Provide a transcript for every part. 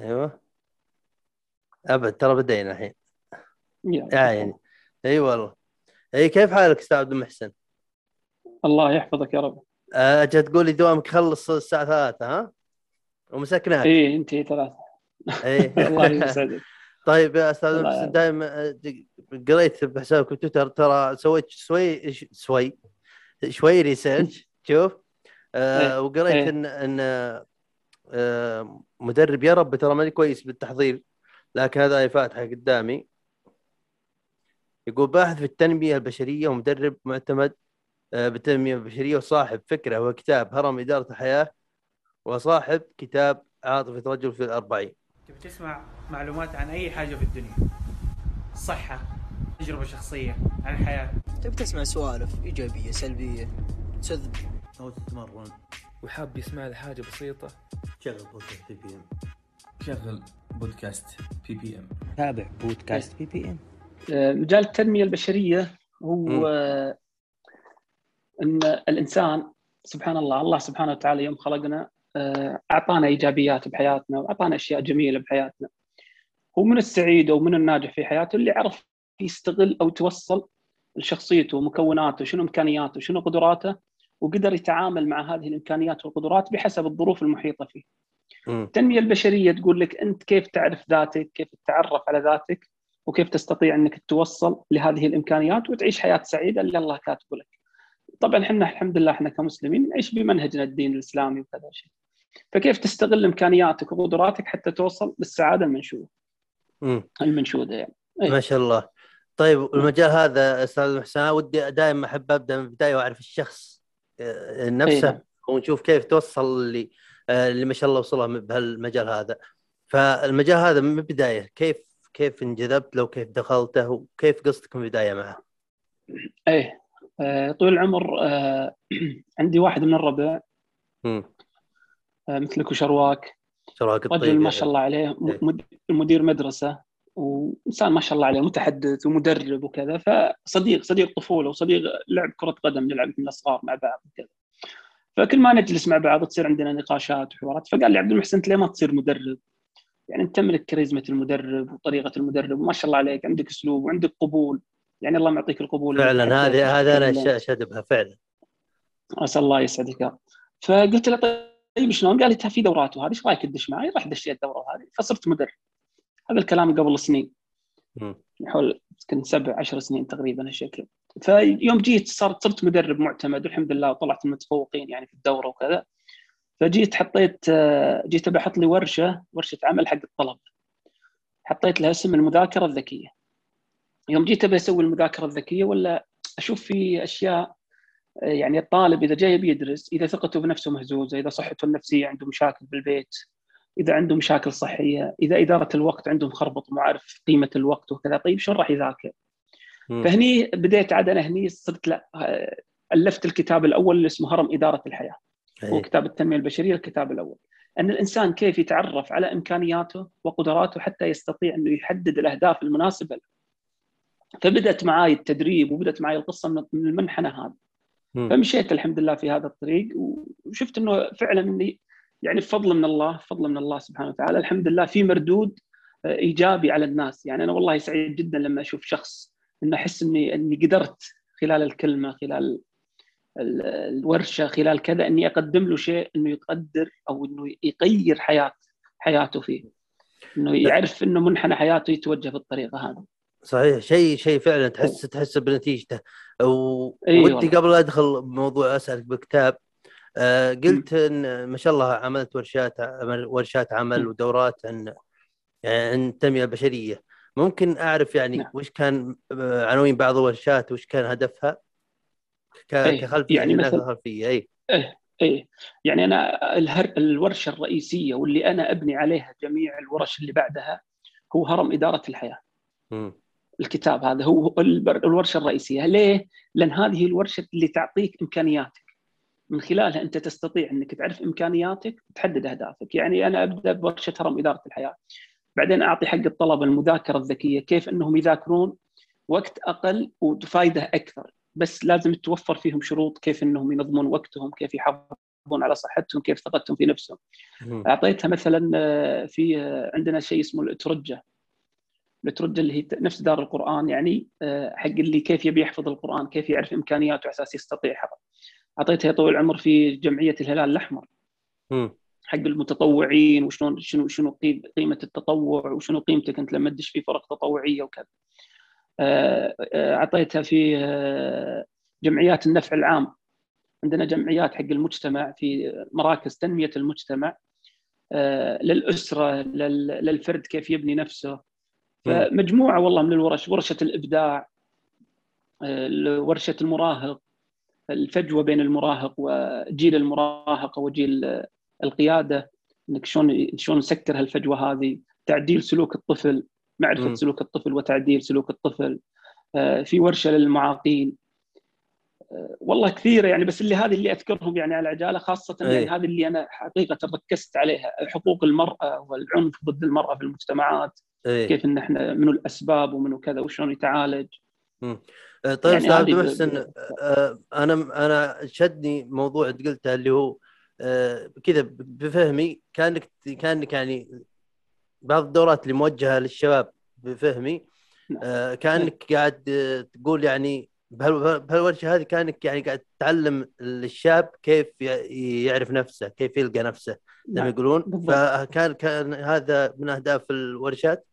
ايوه. ابد ترى بدينا الحين. يا يعني الله. اي والله. اي كيف حالك استاذ عبد المحسن؟ الله يحفظك يا رب. اجل تقول لي دوامك خلص الساعة 3 ها؟ ومسكناك. ايه انت ثلاثة. اي. الله يسعدك. طيب يا استاذ الله محسن يعافيك. دائما قريت بحسابك في تويتر، ترى سويت شوي ريسيرش. شوف. ايه وقريت ايه. ان مدرب يا رب ترى ماني كويس بالتحضير، لكن هذا هي فاتحه قدامي. يقول باحث في التنميه البشريه ومدرب معتمد بالتنميه البشريه وصاحب فكره وكتاب هرم اداره الحياه، وصاحب كتاب عاطفه رجل في الأربعين. تبي تسمع معلومات عن أي حاجة في الدنيا، صحة، تجربة شخصية عن الحياة. تبي تسمع سوالف إيجابية سلبية تسذب أو تتمرن وحاب يسمع لحاجة بسيطة، شغل بودكاست بي بي ام. شغل بودكاست بي بي ام. تابع بودكاست بي بي ام. مجال التنمية البشرية هو ان الانسان سبحان الله، الله سبحانه وتعالى يوم خلقنا اعطانا ايجابيات بحياتنا واعطانا اشياء جميلة بحياتنا. هو من السعيد او من الناجح في حياته اللي عرف يستغل او توصل لشخصيته ومكوناته، شنو امكانياته شنو قدراته، وقدر يتعامل مع هذه الامكانيات والقدرات بحسب الظروف المحيطه فيه. التنميه البشريه تقول لك انت كيف تعرف ذاتك، كيف تتعرف على ذاتك، وكيف تستطيع انك توصل لهذه الامكانيات وتعيش حياه سعيده اللي الله كاتبه لك. طبعا احنا الحمد لله احنا كمسلمين نعيش بمنهجنا الدين الاسلامي وكذا شيء. فكيف تستغل امكانياتك وقدراتك حتى توصل للسعاده المنشوده يعني. ما أي. شاء الله. طيب نعم. المجال هذا استاذ محسن ودي دائما احب ابدا من البدايه واعرف الشخص اي نفسه، نعم. ونشوف كيف توصل اللي ما شاء الله وصلها بهالمجال هذا. فالمجال هذا من البدايه كيف انجذبت له، كيف دخلته، وكيف قصتك من البدايه معه؟ ايه. طول العمر عندي واحد من الربع امم مثلك وشرواك، شراك رجل الطيب ما يا شاء حبيبي. الله عليه إيه. مدير مدرسة، وإنسان ما شاء الله عليه متحدث ومدرب وكذا، فصديق طفولة وصديق لعب كرة قدم، نلعب من الصغار مع بعض وكذا. فكل ما نجلس مع بعض تصير عندنا نقاشات وحوارات، فقال لي عبد المحسن انت ليه ما تصير مدرب؟ يعني انت تملك كاريزما المدرب وطريقة المدرب وما شاء الله عليك، عندك اسلوب وعندك قبول، يعني الله معطيك القبول انك فعلا تحدث هذه انا بشكل. اشهد بها فعلا. اسال الله يسعدك. فقلت له طيب شلون؟ قال لي في دورات وهذه، ايش رايك تدش معي؟ راح دشيت الدوره هذه فصرت مدرب. هذا الكلام قبل سنين، امم حول كنت 7 10 سنين تقريبا هالشكل. فيوم جيت صرت مدرب معتمد والحمد لله، وطلعت من المتفوقين يعني في الدوره وكذا. فجيت حطيت جيت بحط لي ورشه عمل حق الطلبه، حطيت لها اسم المذاكره الذكيه. يوم جيت ابي اسوي المذاكره الذكيه ولا اشوف في اشياء، يعني الطالب اذا جاي بيدرس، اذا ثقته بنفسه مهزوزه، اذا صحته النفسيه عنده مشاكل بالبيت، اذا عنده مشاكل صحيه، اذا اداره الوقت عنده مخربط وما عارف قيمه الوقت وكذا، طيب شلون راح يذاكر؟ فهني بديت عاد انا هني صرت لا الفت الكتاب الاول اللي اسمه هرم اداره الحياه. هو اي كتاب التنميه البشريه الكتاب الاول، ان الانسان كيف يتعرف على امكانياته وقدراته حتى يستطيع انه يحدد الاهداف المناسبه له. فبدات معي التدريب وبدات معي القصه من المنحنى هذا. فمشيت الحمد لله في هذا الطريق، وشفت انه فعلا اني يعني بفضل من الله، فضل من الله سبحانه وتعالى، الحمد لله في مردود ايجابي على الناس. يعني انا والله سعيد جدا لما اشوف شخص، انه احس اني قدرت خلال الكلمه، خلال الورشه، خلال كذا، اني اقدم له شيء انه يقدر او انه يغير حياته فيه، انه يعرف انه منحنى حياته يتوجه بالطريقه هذه. صحيح. شيء فعلا تحس بنتيجته. اي ودي والله. قبل ادخل بموضوع اسالك بكتاب. قلت ان ما شاء الله عملت ورشات عمل م. ودورات عن التنميه البشريه. ممكن اعرف يعني نعم. وش كان عناوين بعض الورشات، وش كان هدفها اي كخلفيه يعني للناس مثل الخلفيه؟ اي. ايه ايه. يعني انا الورشه الرئيسيه واللي انا ابني عليها جميع الورش اللي بعدها هو هرم اداره الحياه. امم الكتاب هذا هو الورشه الرئيسيه. ليه؟ لان هذه الورشه اللي تعطيك امكانياتك، من خلالها انت تستطيع انك تعرف امكانياتك وتحدد اهدافك. يعني انا ابدا بورشه هرم اداره الحياه، بعدين اعطي حق الطلبه المذاكره الذكيه، كيف انهم يذاكرون وقت اقل وفائده اكثر، بس لازم توفر فيهم شروط كيف انهم ينظمون وقتهم، كيف يحافظون على صحتهم، كيف ثقتهم في نفسهم. اعطيتها مثلا في عندنا شيء اسمه الاترجه اللي هي نفس دار القرآن، يعني حق اللي كيف يبي يحفظ القرآن، كيف يعرف إمكانياته أساس يستطيع حفظ. أعطيتها طويل العمر في جمعية الهلال الأحمر حق المتطوعين، وشلون شنو قيمة التطوع، وشنو قيمتك أنت لما تدش في فرق تطوعية وكذا. أعطيتها في جمعيات النفع العام، عندنا جمعيات حق المجتمع، في مراكز تنمية المجتمع للأسرة، للفرد كيف يبني نفسه. فمجموعة والله من الورش، ورشة الإبداع، ورشة المراهق، الفجوة بين المراهق وجيل المراهقة وجيل القيادة، إنك شلون نسكر هالفجوة هذه، تعديل سلوك الطفل، معرفة سلوك الطفل وتعديل سلوك الطفل. في ورشة للمعاقين. والله كثيرة يعني، بس هذه اللي أذكرهم يعني على عجالة، خاصة يعني هذه اللي أنا حقيقة ركزت عليها، حقوق المرأة والعنف ضد المرأة في المجتمعات. كيف ان احنا منو الاسباب ومنو كذا وشلون يتعالج. طيب يعني استاذ عبد المحسن، انا شدني موضوع قلته اللي هو كذا بفهمي، كانك يعني بعض الدورات اللي موجهه للشباب بفهمي كانك قاعد تقول يعني بهالورشه هذه كانك يعني قاعد تعلم الشاب كيف يعرف نفسه، كيف يلقى نفسه زي ما يقولون. فكان هذا من اهداف الورشات.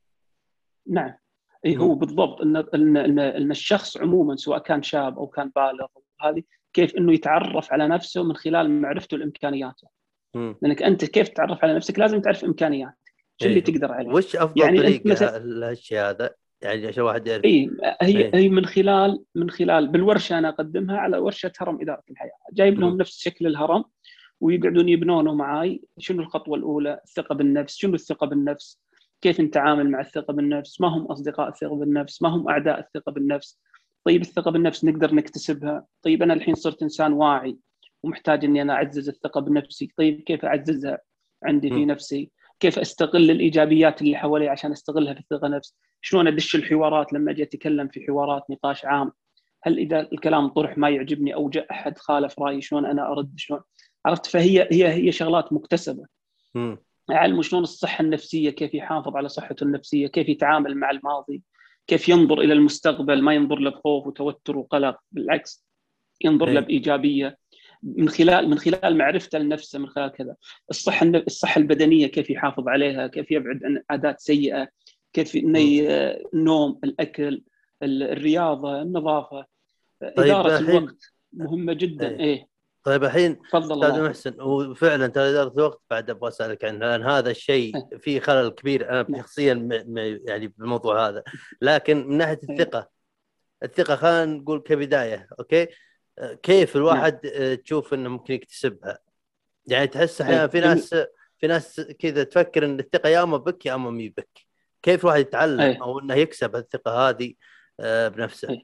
نعم هو بالضبط ان الشخص عموما سواء كان شاب او كان بالغ، هذه كيف انه يتعرف على نفسه من خلال معرفته لامكانياته. لانك انت كيف تتعرف على نفسك لازم تعرف امكانياتك، شو اللي تقدر عليه. وش افضل يعني طريقه لهالشيء هذا يعني عشان واحد يعرف؟ هي من خلال بالورشه انا اقدمها على ورشه هرم اداره الحياه، جايب لهم نفس شكل الهرم ويقعدون يبنونه معاي. شنو الخطوه الاولى؟ الثقه بالنفس. شنو الثقه بالنفس؟ كيف نتعامل مع الثقه بالنفس؟ ما هم اصدقاء الثقه بالنفس؟ ما هم اعداء الثقه بالنفس؟ طيب الثقه بالنفس نقدر نكتسبها. طيب انا الحين صرت انسان واعي ومحتاج اني انا اعزز الثقه بنفسي. طيب كيف اعززها عندي في نفسي؟ كيف استغل الايجابيات اللي حوالي عشان استغلها في الثقه نفس؟ شلون ادش الحوارات لما اجي اتكلم في حوارات نقاش عام؟ هل اذا الكلام طرح ما يعجبني او جاء احد خالف رايي شلون انا ارد؟ شلون عرفت؟ فهي شغلات مكتسبه. يعلموا شلون الصحه النفسيه، كيف يحافظ على صحته النفسيه، كيف يتعامل مع الماضي، كيف ينظر الى المستقبل، ما ينظر له بخوف وتوتر وقلق، بالعكس ينظر له بايجابيه من خلال معرفته لنفسه، من خلال كذا. الصحه البدنيه كيف يحافظ عليها، كيف يبعد عن عادات سيئه، كيف النوم، الاكل، الرياضه، النظافه. طيب اداره الوقت مهمه جدا. طيب الحين استاذ محسن، وفعلا ترى اداره الوقت بعد ابغى اسالك عنه، لان هذا الشيء فيه خلل كبير انا شخصيا يعني بالموضوع هذا. لكن من ناحيه الثقه خلينا نقول كبدايه، اوكي، كيف الواحد تشوف انه ممكن يكتسبها؟ يعني تحس احيانا في ناس كذا تفكر ان الثقه يا اما بك يا اما مي بك. كيف الواحد يتعلم او انه يكسب الثقه هذه بنفسه؟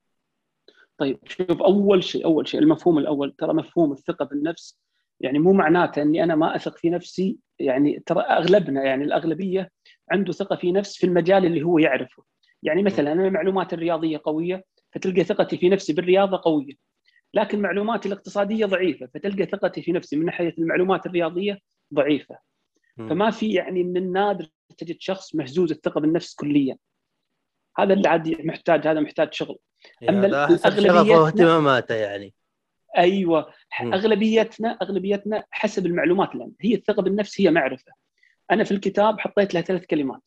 طيب شوف، اول شيء المفهوم الاول، ترى مفهوم الثقه بالنفس يعني مو معناته اني انا ما اثق في نفسي. يعني ترى اغلبنا، يعني الاغلبيه عنده ثقه في نفس في المجال اللي هو يعرفه. يعني مثلا انا معلوماتي الرياضيه قويه فتلقى ثقتي في نفسي بالرياضه قويه، لكن معلوماتي الاقتصاديه ضعيفه فتلقى ثقتي في نفسي من ناحيه المعلومات الرياضيه ضعيفه. فما في يعني من النادر تجد شخص مهزوز الثقه بالنفس كليا. هذا اللي عاد محتاج شغل. اما الاغلبيه واهتماماته يعني ايوه اغلبيتنا حسب المعلومات. لان هي الثقه بالنفس هي معرفه. انا في الكتاب حطيت لها 3 كلمات: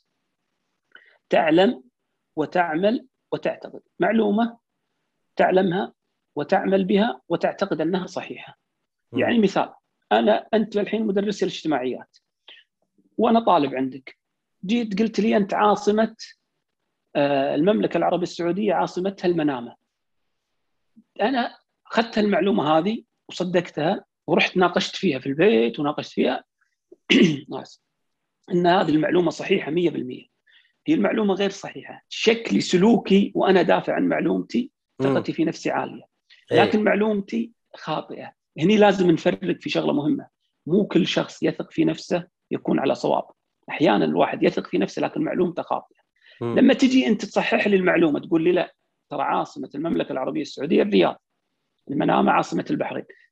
تعلم وتعمل وتعتقد. معلومه تعلمها وتعمل بها وتعتقد انها صحيحه. يعني مثال، انت الحين مدرس الاجتماعيات وانا طالب عندك، جيت قلت لي انت عاصمه المملكه العربيه السعوديه عاصمتها المنامه. انا اخذت المعلومه هذه وصدقتها ورحت ناقشت فيها في البيت وناقشت فيها ان هذه المعلومه صحيحه 100%. هي المعلومه غير صحيحه. شكلي سلوكي وانا دافع عن معلومتي ثقتي في نفسي عاليه، لكن معلومتي خاطئه. هني لازم نفرق في شغله مهمه. مو كل شخص يثق في نفسه يكون على صواب. احيانا الواحد يثق في نفسه لكن معلومته خاطئه. لما تجي انت تصحح لي المعلومه تقول لي لا ترى عاصمه المملكه العربيه السعوديه الرياض، المنامه عاصمه البحرين،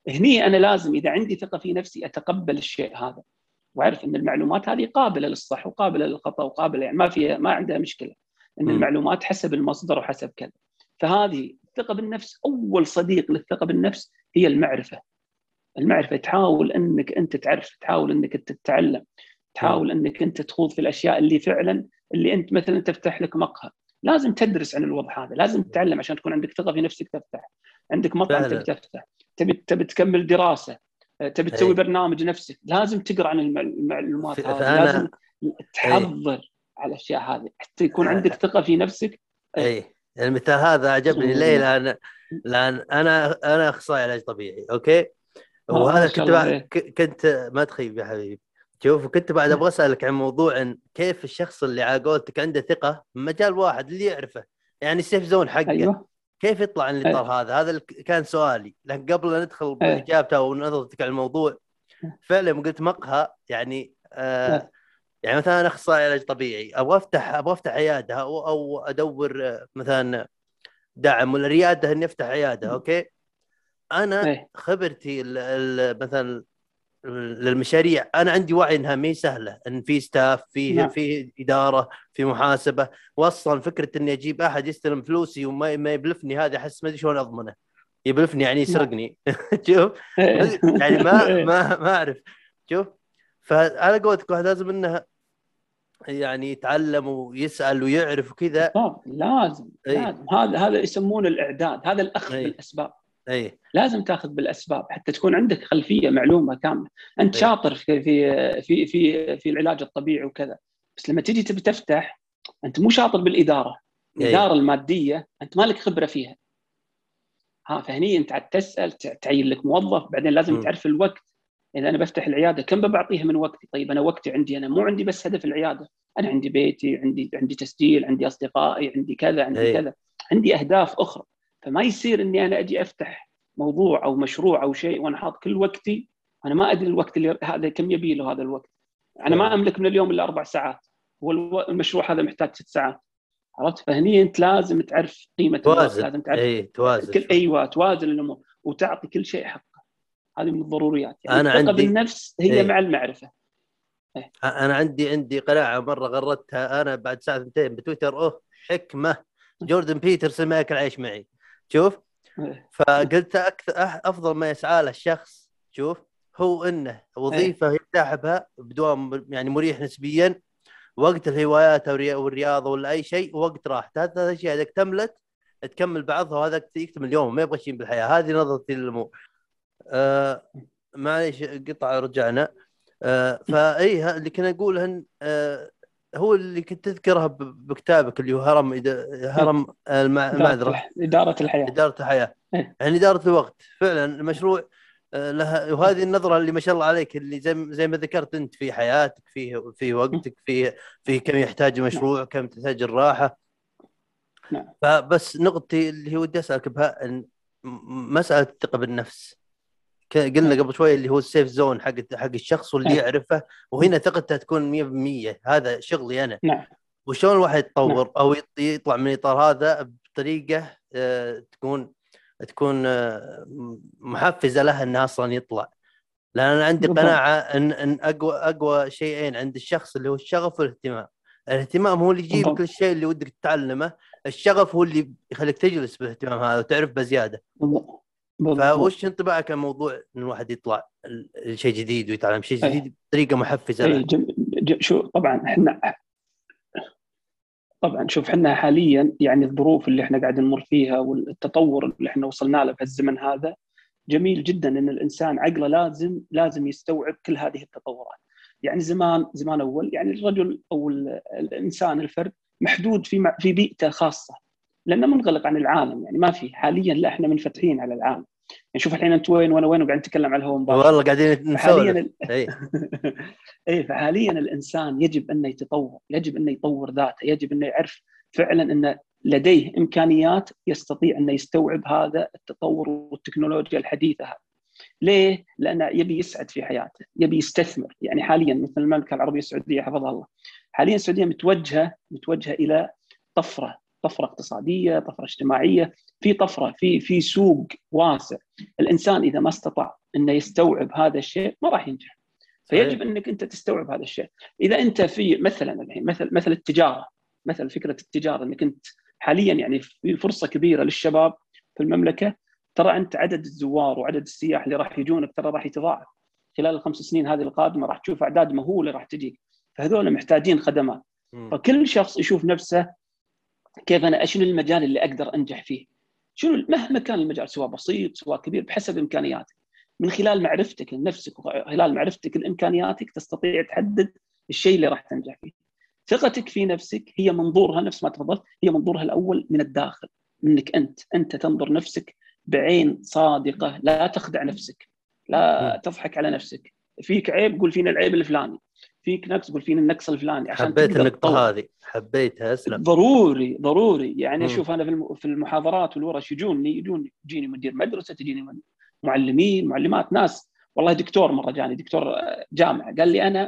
هني انا لازم اذا عندي ثقه في نفسي اتقبل الشيء هذا، واعرف ان المعلومات هذه قابله للصح وقابله للخطا وقابله، يعني ما عندها مشكله ان المعلومات حسب المصدر وحسب كذا. فهذه الثقه بالنفس، اول صديق للثقه بالنفس هي المعرفه. المعرفه تحاول انك انت تعرف، تحاول انك انت تتعلم، تحاول انك انت تخوض في الاشياء اللي فعلا اللي انت مثلا تفتح لك مقهى، لازم تدرس عن الوضع هذا، لازم تتعلم عشان تكون عندك ثقه في نفسك تفتح. عندك مطعم تبي تفتح، تبي تكمل دراسه، تبي تسوي برنامج نفسك، لازم تقرا عن المعلومات هذه، لازم تحضر على الاشياء هذه حتى يكون عندك ثقه في نفسك. اي المثال هذا عجبني ليه، لان انا اخصائي علاج طبيعي، اوكي، وهذا كنت ما تخيب يا حبيبي. شوف، كنت بعد ابغى اسالك عن موضوع إن كيف الشخص اللي على قولتك عنده ثقه بمجال واحد اللي يعرفه، يعني السيف زون حقه، أيوة. كيف يطلع عن الاطار هذا كان سؤالي. لكن قبل لا ندخل باجابته او نظرتك على الموضوع، فعلا قلت مقهى، يعني يعني مثلا انا اخصائي علاج طبيعي، ابغى افتح عياده او ادور مثلا دعم ولا رياده اني افتح عياده، اوكي. انا خبرتي مثلا للمشاريع، انا عندي وعي انها ما هي سهله، ان في ستاف، في اداره، في محاسبه، واصلا فكره اني اجيب احد يستلم فلوسي وما يبلفني، هذا احس ما ادري شلون اضمنه. يبلفني يعني يسرقني. شوف يعني ما اعرف. شوف، فانا قلت واحد لازم انها يعني يتعلم ويسال ويعرف وكذا. لازم هذا يسمونه الاعداد، هذا الاخذ بالاسباب. لازم تاخذ بالاسباب حتى تكون عندك خلفيه معلومه كامله. انت شاطر في العلاج الطبيعي وكذا، بس لما تجي تبي تفتح، انت مو شاطر بالاداره، الاداره الماديه انت مالك خبره فيها. فهني انت عاد تسال، تعين لك موظف، بعدين لازم تعرف الوقت. اذا انا بفتح العياده كم بعطيها من وقتي؟ طيب انا وقتي عندي، انا مو عندي بس هدف العياده، انا عندي بيتي، عندي تسجيل، عندي اصدقائي، عندي كذا، عندي كذا، عندي اهداف اخرى. فما يصير اني انا اجي افتح موضوع او مشروع او شيء وانا حاط كل وقتي، انا ما ادري الوقت اللي هذا كم يبي له هذا الوقت. انا ما املك من اليوم الا 4 ساعات، هو المشروع هذا محتاج 6 ساعات. عرفت؟ فهني انت لازم تعرف قيمه الوقت، لازم تعرف توازن توازن الامور وتعطي كل شيء حقه. هذه من الضروريات. يعني الثقه بالنفس هي مع المعرفه. انا عندي قناعه مره غردتها انا بعد ساعه 2 بتويتر، حكمه جوردن بيترسون ما ياكل عيش معي. شوف، فقلت افضل ما يسعى له الشخص، شوف، هو انه وظيفه يرتاح بها بدوام يعني مريح نسبيا، وقت الهوايات والرياضه ولا اي شيء، ووقت راحته. هذا الشيء اذا اكتملت تكمل بعضها، وهذا يكتمل اليوم، ما يبغى شيء بالحياه. هذه نظرتي للامور. معليش قطع رجعنا. فاي اللي كنا نقوله هو اللي كنت تذكرها بكتابك، اللي هو هرم المعذره، اداره الحياه. يعني اداره الوقت فعلا المشروع لها. وهذه النظره اللي ما شاء الله عليك، اللي زي ما ذكرت انت، في حياتك، في وقتك، في كم يحتاج المشروع، كم تحتاج الراحه. فبس نقطتي اللي هو ودي اسالك بها، ان مساله الثقه بالنفس قلنا قبل شوي، اللي هو السيف زون حق الشخص واللي يعرفه، وهنا ثقته تكون 100%. هذا شغلي انا. وشلون الواحد يتطور او يطلع من الاطار هذا بطريقه تكون محفزه له انه اصلا يطلع. لان انا عندي قناعه ان اقوى شيئين عند الشخص اللي هو الشغف والاهتمام. الاهتمام هو اللي يجيبك للشيء اللي ودك تتعلمه، الشغف هو اللي يخليك تجلس بالاهتمام هذا وتعرف بزياده. فوش انطباعك عن موضوع ان الواحد يطلع شيء جديد ويتعلم شيء جديد بطريقه محفزه له؟ شو شوف، احنا حاليا يعني الظروف اللي احنا قاعد نمر فيها والتطور اللي احنا وصلنا له في الزمن هذا، جميل جدا ان الانسان عقله لازم يستوعب كل هذه التطورات. يعني زمان اول، يعني الرجل او الانسان الفرد محدود في بيئته خاصه، لانه منغلق عن العالم. يعني ما في حاليا، لا احنا منفتحين على العالم. يعني شوف الحين انت وين وانا وين وقاعد نتكلم على الهواء مباشر، والله قاعدين نسولف. فحاليا الانسان يجب انه يتطور، يجب انه يطور ذاته، يجب انه يعرف فعلا انه لديه امكانيات يستطيع انه يستوعب هذا التطور والتكنولوجيا الحديثه هذه. ليه؟ لانه يبي يسعد في حياته، يبي يستثمر. يعني حاليا مثل المملكه العربيه السعوديه حفظها الله، حاليا السعوديه متوجهه الى طفره طفره اقتصاديه، طفره اجتماعيه، في طفره في سوق واسع. الانسان اذا ما استطاع انه يستوعب هذا الشيء ما راح ينجح. فيجب انك انت تستوعب هذا الشيء. اذا انت في مثلا الحين مثل التجاره، مثل فكره التجاره، انك انت حاليا يعني في فرصه كبيره للشباب في المملكه. ترى انت عدد الزوار وعدد السياح اللي راح يجونك ترى راح يتضاعف خلال ال5 سنين هذه القادمه، راح تشوف اعداد مهوله راح تجيك. فهذول محتاجين خدمات. فكل شخص يشوف نفسه كيف انا شنو المجال اللي اقدر انجح فيه، شنو مهما كان المجال، سواء بسيط سواء كبير، بحسب امكانياتك. من خلال معرفتك لنفسك وخلال معرفتك لامكانياتك تستطيع تحدد الشيء اللي راح تنجح فيه. ثقتك في نفسك هي منظورها، نفس ما تفضلت، هي منظورها الاول من الداخل، منك انت تنظر نفسك بعين صادقه، لا تخدع نفسك، لا تضحك على نفسك. فيك عيب قول فينا العيب الفلاني، فيك نقص قول فينا النقص الفلاني، عشان حبيت النقطة هذه، حبيتها. اسلم. ضروري يعني. اشوف انا في المحاضرات والورش يجيني مدير مدرسه، تجيني معلمين معلمات، ناس والله. دكتور مره جاني دكتور جامعه قال لي انا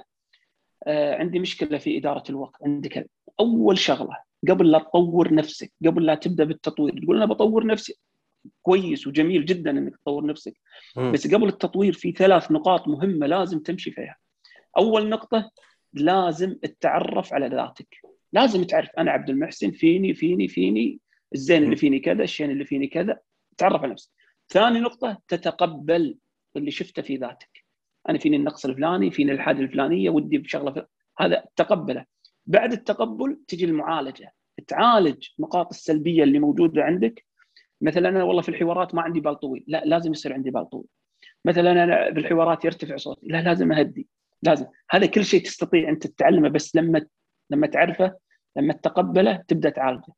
عندي مشكله في اداره الوقت. عندك اول شغله قبل لا تطور نفسك، قبل لا تبدا بالتطوير، تقول انا بطور نفسي، كويس وجميل جدا انك تطور نفسك، بس قبل التطوير في 3 نقاط مهمه لازم تمشي فيها. اول نقطه لازم التعرف على ذاتك. لازم تعرف انا عبد المحسن فيني الزين اللي فيني كذا، الشين اللي فيني كذا. تعرف على نفسك. ثاني نقطه تتقبل اللي شفته في ذاتك. انا فيني النقص الفلاني، فيني الحاجه الفلانيه، ودي بشغله هذا تقبله. بعد التقبل تجي المعالجه، تعالج النقاط السلبيه اللي موجوده عندك. مثلا انا والله في الحوارات ما عندي بال طويل، لا لازم يصير عندي بال طويل. مثلا انا في الحوارات يرتفع صوتي، لا لازم اهدي، لازم. هذا كل شيء تستطيع انت تتعلمه، بس لما تعرفه، لما تتقبله تبدا تعالجه.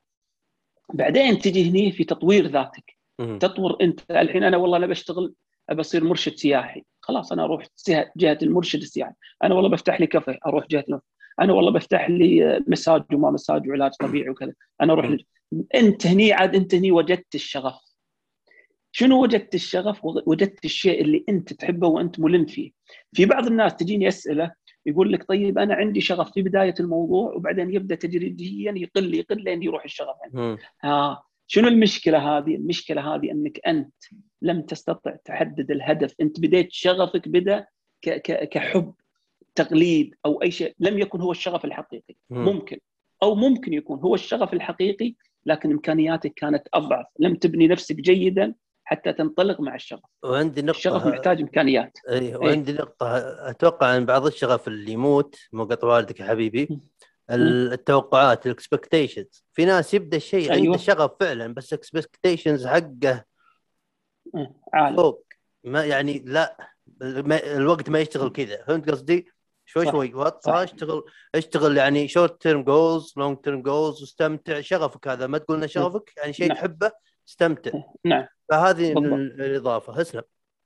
بعدين تجي هني في تطوير ذاتك. تطور انت. الحين انا والله بشتغل، بصير مرشد سياحي، خلاص انا اروح جهه المرشد السياحي. انا والله بفتح لي كافيه، اروح جهه انا والله بفتح لي مساج وما مساج وعلاج طبيعي وكذا، انا اروح انت هني وجدت الشغف. شنو وجدت الشغف؟ وجدت الشيء اللي انت تحبه وانت ملم فيه. في بعض الناس تجيني اسئله يقول لك طيب انا عندي شغف في بدايه الموضوع، وبعدين يبدا تدريجيا يقل لين يروح الشغف يعني. شنو المشكله هذه؟ المشكله هذه انك انت لم تستطع تحدد الهدف. انت بديت شغفك بدا كحب، تقليد او اي شيء، لم يكن هو الشغف الحقيقي. ممكن يكون هو الشغف الحقيقي، لكن امكانياتك كانت اضعف، لم تبني نفسك جيدا حتى تنطلق مع الشغف. وعندي نقطة، الشغف محتاج امكانيات. وعندي نقطة اتوقع ان بعض الشغف اللي يموت، مو قطع والدك يا حبيبي، التوقعات، الاكسبكتيشنز. في ناس يبدا الشيء عنده شغف فعلا، بس اكسبكتيشنز حقه فوق، ما يعني لا الوقت ما يشتغل كذا. فهمت قصدي؟ شوي وطها، اشتغل يعني شورت تيرم جولز، لونج تيرم جولز، واستمتع. شغفك هذا ما تقولنا شغفك يعني شيء تحبه، استمتع. نعم. فهذه الإضافة. اسلم.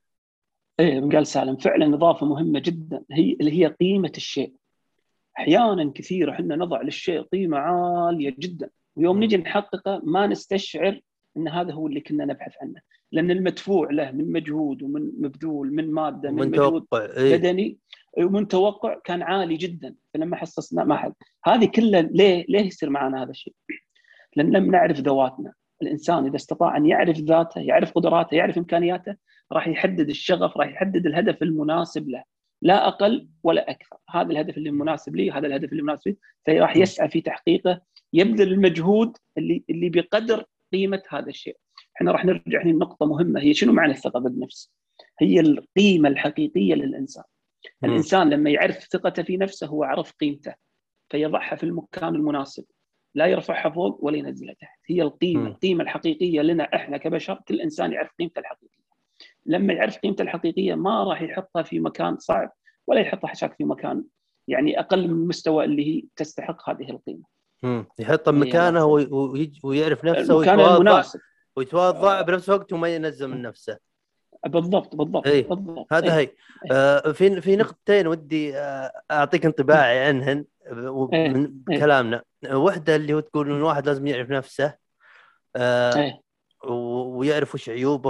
قال سالم فعلا إضافة مهمة جدا، اللي هي قيمة الشيء. أحيانا كثير احنا نضع للشيء قيمة عالية جدا، ويوم نجي نحققه ما نستشعر ان هذا هو اللي كنا نبحث عنه، لان المدفوع له من مجهود ومن مبذول من مادة من مجهود بدني ومن توقع كان عالي جدا. فلما حصصنا ما حد هذه كلها ليه يصير معنا هذا الشيء؟ لان لم نعرف ذواتنا. الانسان اذا استطاع ان يعرف ذاته، يعرف قدراته، يعرف امكانياته، راح يحدد الشغف، راح يحدد الهدف المناسب له، لا اقل ولا اكثر. هذا الهدف اللي مناسب لي، هذا الهدف اللي مناسب لي، فراح يسعى في تحقيقه، يبذل المجهود اللي بقدر قيمه هذا الشيء. احنا راح نرجع هنا لنقطه مهمه، هي شنو معنى الثقه بالنفس؟ هي القيمه الحقيقيه للانسان. الانسان لما يعرف ثقته في نفسه هو عرف قيمته، فيضعها في المكان المناسب، لا يرفعها فوق ولا ينزلها تحت. هي القيمه الحقيقيه لنا احنا كبشر. كل انسان يعرف قيمته الحقيقيه. لما يعرف قيمته الحقيقيه ما راح يحطها في مكان صعب، ولا يحطها حشاك في مكان يعني اقل من المستوى اللي هي تستحق هذه القيمه. يحطها مكانه ويعرف نفسه ويتواضع بنفس الوقت وما ينزل من نفسه. بالضبط. هذا هي. في نقطتين ودي اعطيك انطباعي عنهن من كلامنا. واحده اللي هو تقول ان الواحد لازم يعرف نفسه، ويعرف وش عيوبه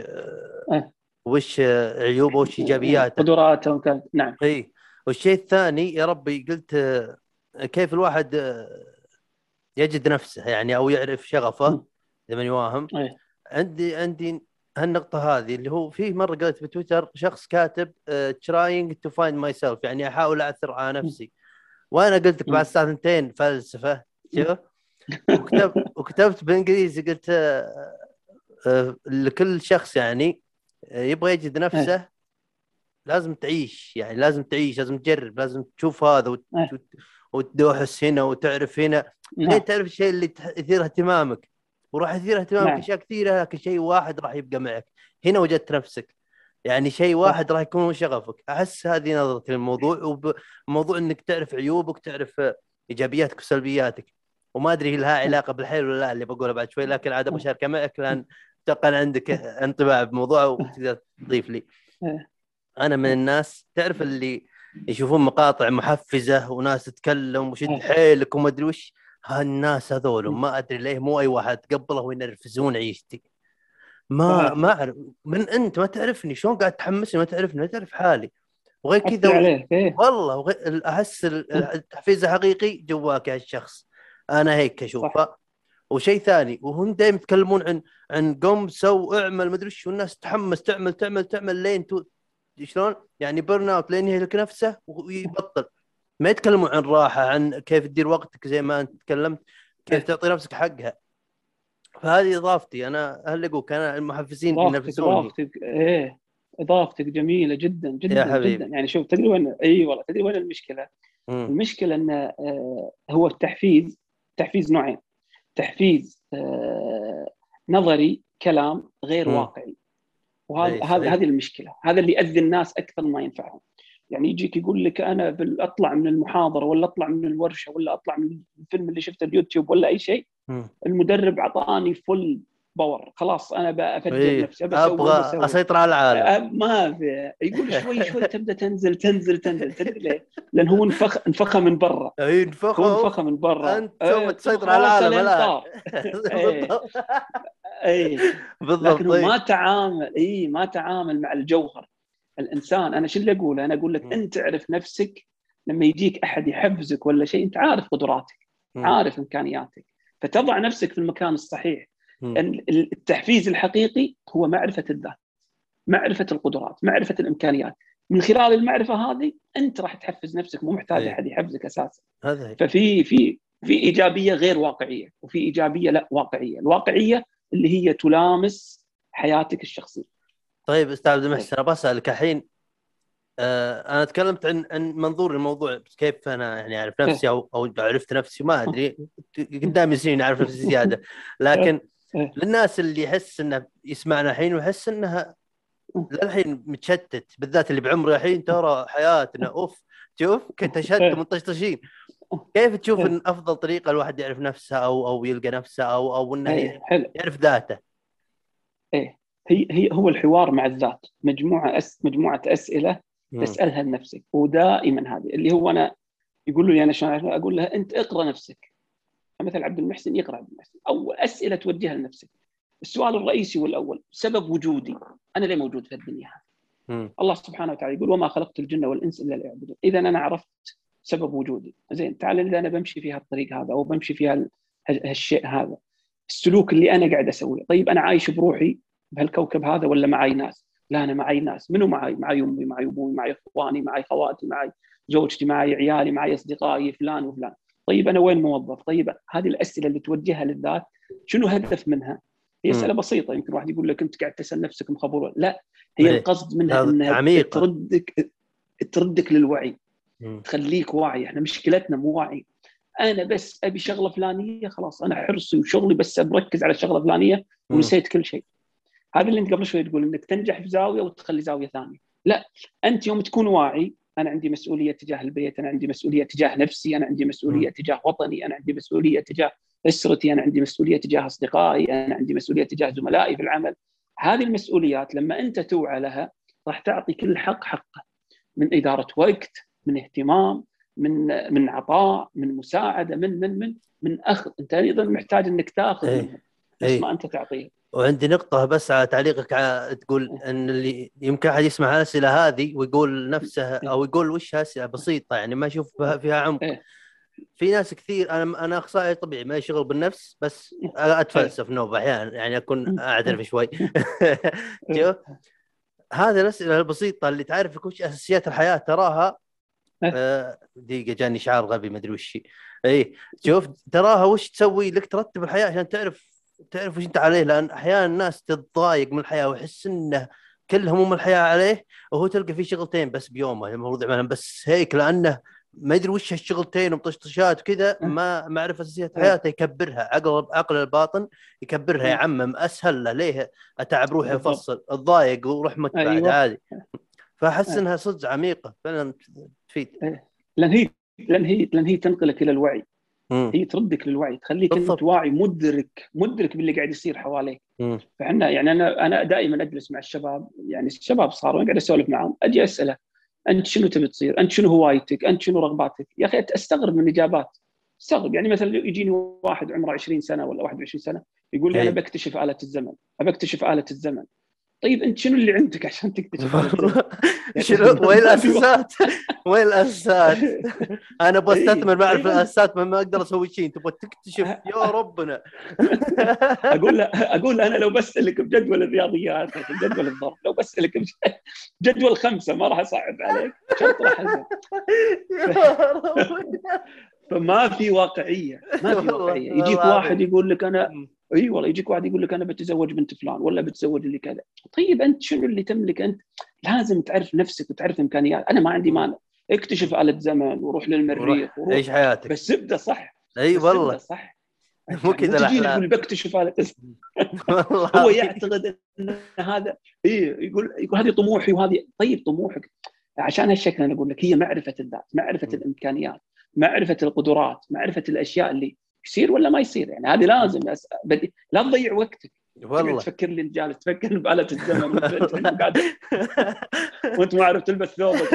وش عيوبه وش ايجابياته، قدراته. نعم. والشيء الثاني يا ربي قلت كيف الواحد يجد نفسه يعني او يعرف شغفه اذا ماني واهم. إيه. عندي هالنقطة هذه اللي هو فيه مرة قلت بتويتر شخص كاتب trying to find myself يعني أحاول أعثر على نفسي، وأنا قلت لك بعد الساعة 2 فلسفة شوف وكتبت بالإنجليزي قلت لكل شخص يعني يبغى يجد نفسه لازم تعيش، يعني لازم تعيش، لازم تجرب، لازم تشوف هذا وتدوحس هنا وتعرف هنا لين تعرف الشيء اللي يثير اهتمامك، وراح يثير اهتمامك أشياء كثيرة، لكن شيء واحد راح يبقى معك. هنا وجدت نفسك، يعني شيء واحد راح يكون شغفك. أحس هذه نظرتي للموضوع، وموضوع إنك تعرف عيوبك، تعرف إيجابياتك وسلبياتك. وما أدري لها علاقة بالحيل ولا لا اللي بقوله بعد شوي، لكن عاد بشارك معك لأن أتوقع عندك انطباع بموضوع وتقدر تضيف لي. أنا من الناس تعرف اللي يشوفون مقاطع محفزة وناس تتكلم وشد حيلك وما أدري وش، هالناس هذول ما أدري ليه مو أي واحد تقبله وينرفزون عيشتي. ما أعرف من أنت ما تعرفني شلون قاعد تحمسني، ما تعرفني، ما تعرف حالي وغير كذا والله أحس التحفيز حقيقي جواك يا الشخص. أنا هيك أشوفه. وشيء ثاني وهم دائما يتكلمون عن قم سو اعمل ما أدري وش، والناس تحمس تعمل لين شلون يعني بيرن اوت لين يهلك نفسه ويبطل. ما يتكلموا عن راحة، عن كيف تدير وقتك زي ما أنت تكلمت، كيف تعطي نفسك حقها. فهذه إضافتي أنا. هل أقولك أنا المحفزين ينافسوني؟ إضافتك جميلة جدا جدا جدا. يعني شوف تدري وين والله تدري وين المشكلة؟ المشكلة أن هو التحفيز نوعين: تحفيز نظري كلام غير واقعي، وهذه المشكلة. هذا اللي يؤذي الناس أكثر ما ينفعهم. يعني يجيك يقول لك أنا أطلع من المحاضرة ولا أطلع من الورشة ولا أطلع من الفيلم اللي شفته اليوتيوب ولا أي شيء، المدرب عطاني فل باور، خلاص أنا بأفجر نفسي، أبغى أسيطر على العالم. ما في، يقول شوي تبدأ تنزل تدري ليه؟ لأن هو انفخ من برا. انفخ من برا. أنت تسيطر على العالم الآن. بالضبط. لكن ما تعامل مع الجوهر الإنسان. أنا شو اللي أقوله؟ أنا أقول لك أنت تعرف نفسك لما يجيك أحد يحفزك ولا شيء، أنت عارف قدراتك، عارف إمكانياتك، فتضع نفسك في المكان الصحيح. التحفيز الحقيقي هو معرفة الذات، معرفة القدرات، معرفة الإمكانيات. من خلال المعرفة هذه أنت راح تحفز نفسك، مو محتاج أحد يحفزك أساسا. ففي إيجابية غير واقعية، وفي إيجابية لا واقعية. الواقعية اللي هي تلامس حياتك الشخصية. طيب أستاذ عبد المحسن، بسألك الحين أنا تكلمت عن منظور الموضوع، كيف أنا يعني أعرف نفسي أو عرفت نفسي، ما أدري قدامي سنين أعرف نفسي زيادة، لكن للناس اللي يحس إنه يسمعنا الحين ويحس إنها للحين متشتت، بالذات اللي بعمري الحين ترى حياتنا شوف كنت شتت مطشطشين. كيف تشوف إن أفضل طريقة الواحد يعرف نفسه أو يلقى نفسه أو إنه يعرف ذاته؟ هو الحوار مع الذات. مجموعة أسئلة تسألها لنفسك، ودائما هذه اللي هو أنا يقولوا لي أنا شلون أقول لها أنت اقرأ نفسك. مثل عبد المحسن يقرأ عبد المحسن. أول أسئلة توجهها لنفسك. السؤال الرئيسي والأول: سبب وجودي، أنا ليه موجود في الدنيا هذه؟ الله سبحانه وتعالى يقول: وما خلقت الجن والإنس إلا ليعبدون. إذا أنا عرفت سبب وجودي، زين، تعال إذا أنا بمشي في هالطريق هذا أو بمشي في هالشيء هذا، السلوك اللي أنا قاعد أسويه، طيب أنا عايش بروحي بهالكوكب هذا ولا معي ناس؟ لا، أنا معي ناس. منو معي أمي، معي أبوي، معي إخواني، معي خواتي، معي زوجتي، معي عيالي، معي أصدقائي فلان وفلان. طيب أنا وين موظف؟ طيب هذه الأسئلة اللي توجهها للذات شنو هدف منها؟ هي أسئلة بسيطة. يمكن واحد يقول لك أنت قاعد تسأل نفسك مخبور. لا، هي القصد منها أنها تردك للوعي، تخليك واعي. إحنا مشكلتنا مو واعي. أنا بس أبي شغلة فلانية، خلاص أنا حرصي وشغلي بس بركز على الشغلة الفلانية ونسيت كل شيء. هذا اللي أنت قبل شوي تقول إنك تنجح في زاوية وتخلي زاوية ثانية. لا، أنت يوم تكون واعي، أنا عندي مسؤولية تجاه البيت، أنا عندي مسؤولية تجاه نفسي، أنا عندي مسؤولية تجاه وطني، أنا عندي مسؤولية تجاه أسرتي، أنا عندي مسؤولية تجاه أصدقائي، أنا عندي مسؤولية تجاه زملائي في العمل. هذه المسؤوليات لما أنت توعى لها راح تعطي كل حق حقه، من إدارة وقت، من اهتمام، من عطاء، من مساعدة، من أخذ. أنت أيضا محتاج أنك تأخذ منهم بس ما أنت تعطيه. وعندي نقطة بس على تعليقك تقول أن اللي يمكن أحد يسمع الأسئلة هذه ويقول نفسه أو يقول وش أسئلة بسيطة يعني ما يشوف فيها عمق. في ناس كثير، انا اخصائي طبيعي ما شغل بالنفس، بس اتفلسف نوب احيانا، يعني اكون اعترف شوي. شوف، هذه الاسئله البسيطه اللي تعرف وش اساسيات الحياه تراها. دقيقه جاني شعار غبي ما ادري وش اي. شوف تراها وش تسوي لك، ترتب الحياه عشان تعرف وش انت عليه. لان احيانا الناس تتضايق من الحياه ويحس انه كل هموم الحياه عليه، وهو تلقى فيه شغلتين بس بيومه المفروض يعملهم بس هيك، لانه ما يدري وش هالشغلتين ومطشطشات وكذا، ما عرف اساسيات حياته يكبرها. عقل الباطن يكبرها، يعمم اسهل له. ليه اتعب روحي افصل الضايق وروح مت بعد عادي. فاحس انها صدق عميقه فعلا تفيد. لان هي تنقلك الى الوعي. هي تردك للوعي، تخليك انت واعي مدرك باللي قاعد يصير حواليك. فاحنا يعني انا دائما اجلس مع الشباب، يعني الشباب صاروا قاعد اسولف معهم، اجي اساله انت شنو تبي تصير؟ انت شنو هوايتك؟ انت شنو رغباتك؟ يا اخي استغرب من الاجابات، استغرب. يعني مثلا يجيني واحد عمره 20 سنه ولا 21 سنه يقول لي انا بكتشف آلة الزمن، بكتشف آلة الزمن. طيب انت شنو اللي عندك عشان تكتشف آلة الزمن؟ شنو وين الاساسات؟ وين الاساسات؟ انا بستثمر ما اعرف الاساسات، ما اقدر اسوي شيء. تبغى تكتشف يا ربنا. اقول انا لو بسالك بجدول الرياضيات او بجدول الضرب، لو بسالك بجدول 5 ما راح اصعب عليك، شرط راح ازل. فما في واقعيه، ما في واقعيه. يجيك واحد يقول لك انا اي والله، يجيك واحد يقول لك انا بتزوج بنت فلان ولا بتزوج اللي كذا. طيب انت شنو اللي تملك؟ انت لازم تعرف نفسك وتعرف امكانيات. انا ما عندي مانع، اكتشف آلة زمن وروح للمريخ وروح عيش حياتك، بس ابدا صح. اي والله صح. مو كذا الاحلام. يقول بكتشف آلة الزمن. هو يعتقد ان هذا يقول هذه طموحي وهذه. طيب طموحك عشان هالشكل انا اقول لك هي معرفه الذات، معرفه الامكانيات، معرفه القدرات، معرفه الاشياء اللي يصير ولا ما يصير. يعني هذه لازم لا تضيع وقتك والله. تفكر لي جالس تفكر بآلة الزمن وانت ما عرفت تلبس ثوبك.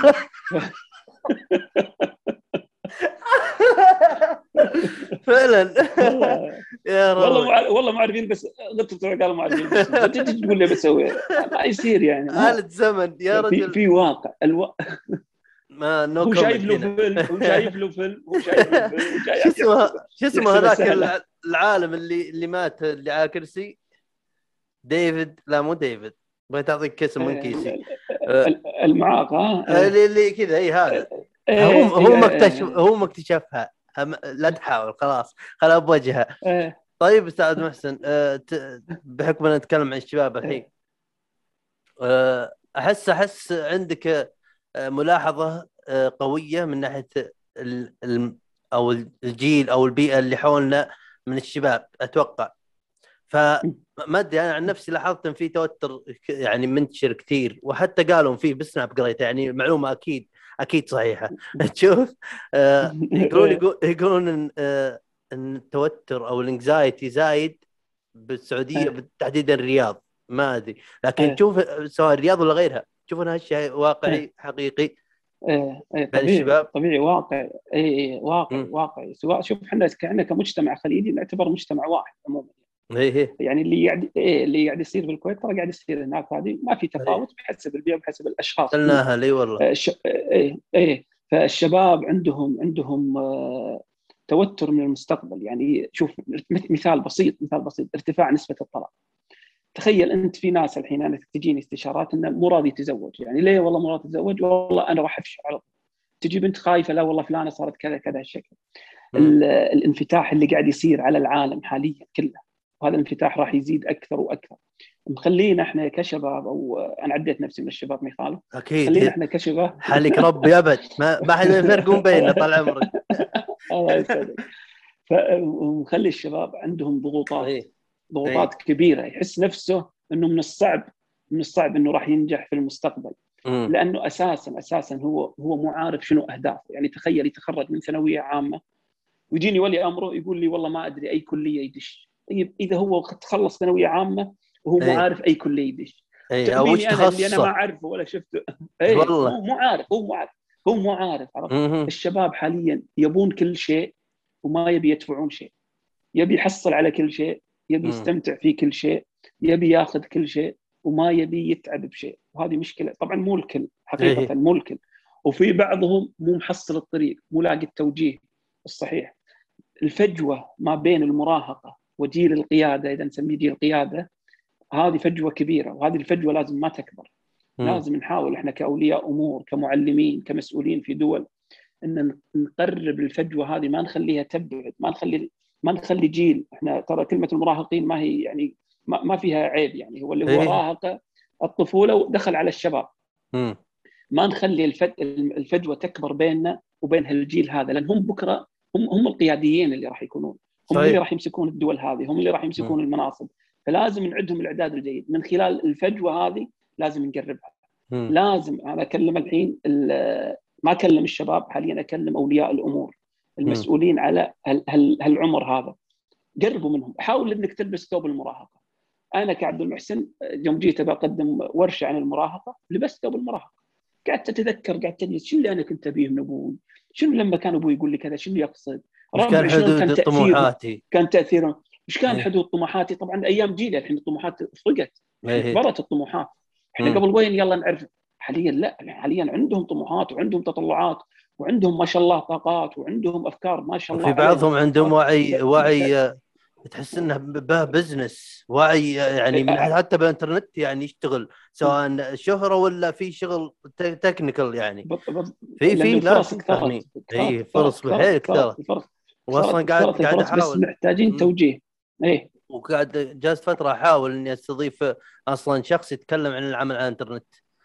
فعلا يا رب والله ما عارفين، بس غلطت قالوا ما عارفين بس تقول لي بسوي ما يصير. يعني آلة زمن يا رجل في واقع ما هو شايف له فيلم، شو اسمه هذاك العالم اللي مات اللي على كرسي، ديفيد، لا مو ديفيد، بغيت اعطيك اسم من كيسي. المعاق اللي كذا اي هذا. هو ما اكتشفها، لا تحاول خلاص خلها بوجهها. طيب استاذ محسن، بحكم ان نتكلم عن الشباب الحين، احس عندك ملاحظه قويه من ناحيه او الجيل او البيئه اللي حولنا من الشباب اتوقع. فما ادري انا عن نفسي لاحظت ان في توتر يعني منتشر كثير، وحتى قالوا فيه بسناب قريت يعني معلومه اكيد صحيحه. تشوف يقولون ان التوتر او الانكزايتي زايد بالسعوديه تحديدا الرياض، ما ادري، لكن تشوف سواء الرياض ولا غيرها تشوف ان هالشيء واقعي حقيقي. طبيعي واقع. واقعي. سواء شوف احنا كمجتمع خليجي نعتبر مجتمع واحد عموما. يعني اللي قاعد يصير بالكويت ترى قاعد يصير هناك، هذه ما في تفاوت بحسب البيئه وبحسب الاشخاص. قلناها لي والله. فالشباب عندهم توتر من المستقبل. يعني شوف مثال بسيط، ارتفاع نسبه الطلاق. تخيل انت في ناس الحين انا تجيني استشارات انه مو راضي يتزوج. يعني ليه والله مو راضي يتزوج؟ والله انا راح افشل على طول. تجي بنت خايفه، لا والله فلانه صارت كذا الشكل. الانفتاح اللي قاعد يصير على العالم حاليا كله، وهذا الانفتاح راح يزيد اكثر واكثر. مخلينا احنا كشباب، او انا عديت نفسي من الشباب ما يخالف، اكيد خلينا احنا كشباب حالك ربي ابد ما حد يفرقون بيننا طال عمرك. الله يسعدك. فمخلي الشباب عندهم ضغوطات كبيره، يحس نفسه انه من الصعب انه راح ينجح في المستقبل. لانه اساسا هو مو عارف شنو اهدافه. يعني تخيل يتخرج من ثانويه عامه ويجيني ولي امره يقول لي والله ما ادري اي كليه يدش. طيب اذا هو تخلص ثانويه عامه وهو مو عارف اي كليه يدش، وش تخصصه؟ انا ما اعرفه ولا شفته. والله هو مو عارف. الشباب حاليا يبون كل شيء وما يبي يدفعون شيء. يبي يحصل على كل شيء، يبي يستمتع في كل شيء، يبي ياخذ كل شيء وما يبي يتعب بشيء. وهذه مشكله طبعا، مو الكل حقيقه، مو الكل. وفي بعضهم مو محصل الطريق، مو لاقي التوجيه، الصحيح. الفجوة ما بين المراهقة وجيل القيادة، إذا نسميه جيل القيادة، هذه فجوة كبيرة، وهذه الفجوة لازم ما تكبر. لازم نحاول إحنا كأولياء أمور، كمعلمين، كمسؤولين في دول، إن نقرب الفجوة هذه، ما نخليها تبعد، ما نخلي جيل. إحنا ترى كلمة المراهقين ما هي يعني ما فيها عيب، يعني هو اللي هو راهق الطفولة ودخل على الشباب. ما نخلي الفجوة تكبر بيننا وبين هالجيل هذا، لأن هم بكرة هم القياديين اللي راح يكونون، هم اللي راح يمسكون الدول هذه، هم اللي راح يمسكون المناصب. فلازم نعدهم الإعداد الجيد من خلال الفجوة هذه. لازم نقربها. لازم أنا أكلم الحين ما أكلم الشباب حاليا، أكلم أولياء الأمور المسؤولين على هالعمر هذا. قربوا منهم، حاول إنك تلبس ثوب المراهقة. أنا كعبد المحسن يوم جيت بقدم ورشة عن المراهقة لبست ثوب المراهقة. قعدت أتذكر، قعدت أجلس، شو اللي أنا كنت أبيه من أبوي، شنو لما كان أبوي يقول لي كذا، شنو يقصد، مش كان حدود طموحاتي، كان تأثيره، مش كان حدود طموحاتي. طبعا أيام جيلي الحين الطموحات فرقت، كبرت الطموحات. إحنا قبل وين يلا نعرف. حاليا لا، حاليا عندهم طموحات وعندهم تطلعات وعندهم ما شاء الله طاقات وعندهم أفكار ما شاء الله. وفي بعضهم عندهم وعي تحس انه بزنس، وعي يعني من حتى بالانترنت يعني يشتغل، سواء شهرة ولا في شغل تكنيكال يعني. في فرص كثرت، اي فرص بحيل كثرت، واصلا قاعد احاول، بس محتاجين توجيه. وقاعد جاز فترة احاول اني استضيف اصلا شخص يتكلم عن العمل على الانترنت،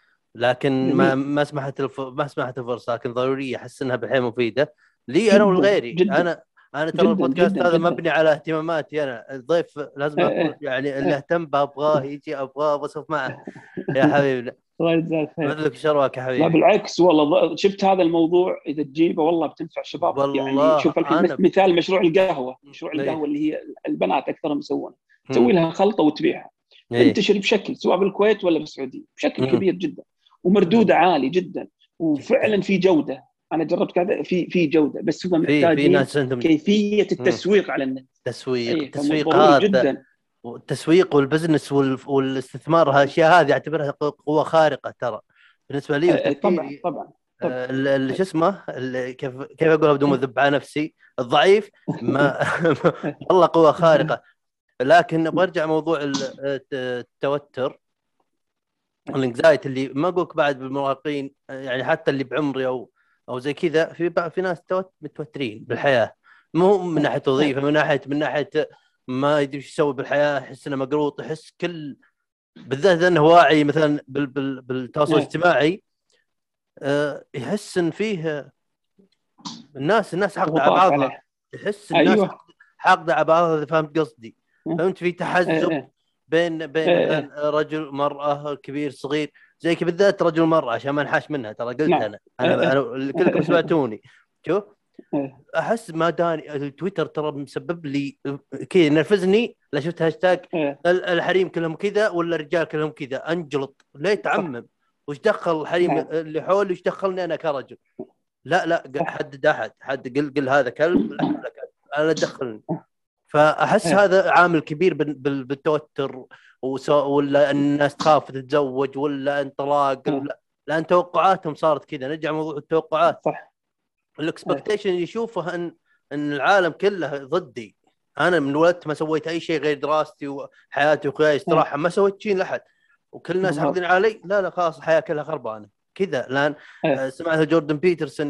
لكن ما سمحت الفرصة، لكن ضرورية، احس انها بالحيل مفيدة لي انا ولغيري. انا ترى البودكاست هذا مبني على اهتماماتي انا. الضيف لازم اكون يعني اللي اهتم ابغاه يجي، ابغاه بصف معه. يا حبيبي الله يجزاك خير، مثلك شروك يا حبيبي. لا بالعكس والله، شفت هذا الموضوع اذا تجيبه والله بتنفع شباب. يعني شوف الحين مثال مشروع القهوه، اللي هي البنات اكثرهم يسوونها، تسوي لها خلطه وتبيعها، تنتشر بشكل سواء بالكويت ولا بالسعوديه بشكل كبير جدا، ومردود عالي جدا، وفعلا في جوده. انا جربت كذا، في جوده، بس هم محتاجين كيفيه التسويق على النت. التسويق هذا جدا، والتسويق والبزنس والاستثمار، هالاشياء هذه اعتبرها قوه خارقه ترى بالنسبه لي وتفكيري. طبعا شو اسمه، كيف اقولها بدون ما اذب على نفسي، الضعيف ما والله قوه خارقه. لكن برجع موضوع التوتر والانكزايتي اللي ما اقولك بعد بالمراهقين، يعني حتى اللي بعمري او زي كذا، في ناس متوترين بالحياه، مو من ناحيه وظيفه، من ناحيه ما يدري ايش يسوي بالحياه، يحس انه مقروط، يحس بالذات انه واعي مثلا بالتواصل الاجتماعي، يحس ان فيه الناس حاقده على بعضها، يحس الناس حاقده على بعضها. اذا فهمت قصدي، فهمت؟ في تحزب بين مثلا رجل مرأة، كبير صغير، زي كذا، بالذات رجل مرأة، عشان ما نحاش منها. ترى قلت أنا كلكم سمعتوني. شوف، أحس ما داني تويتر ترى مسبب لي كذا، نرفزني. لا شفت هاشتاج الحريم كلهم كذا ولا الرجال كلهم كذا، أنجلط ليه تعمم؟ وش دخل الحريم اللي حولي، وش دخلني أنا كرجل؟ لا حدد حد قل هذا كلب، لا كلب، أنا دخلني. فأحس هذا عامل كبير بالتوتر، ولا الناس تخاف تتزوج، ولا انطلاق، لأن توقعاتهم صارت كذا. نرجع موضوع التوقعات، صح. الاكسبكتيشن يشوفه ان العالم كله ضدي. انا من ولدت ما سويت اي شيء غير دراستي وحياتي وخياي استراحه، ما سويت شيء لحد، وكل الناس حاقدين علي. لا خلاص الحياه كلها خربانه كذا. لان سمعت جوردن بيترسون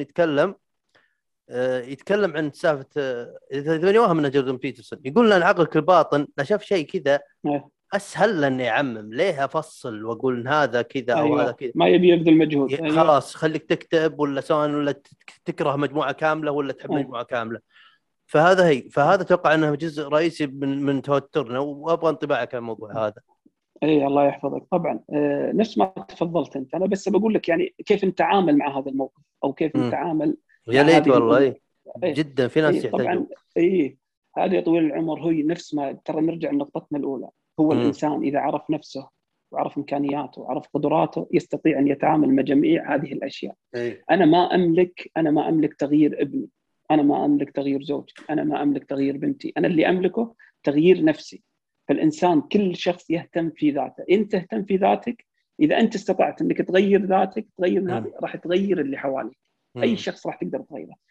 يتكلم عن سالفه، اذا يوهم من جوردن بيترسون يقول لنا عقلك الباطن لا شاف شيء كذا اسهل لاني يعمم، ليه افصل واقول إن هذا كذا او هذا كذا، ما يبي يبذل مجهود. خلاص خليك تكتب، ولا سواء ولا تكره مجموعه كامله ولا تحب مجموعه كامله. فهذا اتوقع انه جزء رئيسي من توترنا، وابغى انطباعك عن الموضوع هذا. الله يحفظك. طبعا نفس ما تفضلت انت، انا بس بقول لك يعني كيف نتعامل مع هذا الموقف، او كيف نتعامل. يا ليت والله جدا في ناس يحتاجون. طبعا هذا يا طويل العمر هو نفس ما ترى نرجع لنقطتنا الاولى. هو الانسان اذا عرف نفسه وعرف امكانياته وعرف قدراته يستطيع ان يتعامل مع جميع هذه الاشياء. انا ما املك تغيير ابني، انا ما املك تغيير زوجتي، انا ما املك تغيير بنتي، انا اللي املكه تغيير نفسي. فالانسان كل شخص يهتم في ذاته. انت تهتم في ذاتك، اذا انت استطعت انك تغير ذاتك، راح تغير اللي حواليك. اي شخص راح تقدر تغيره.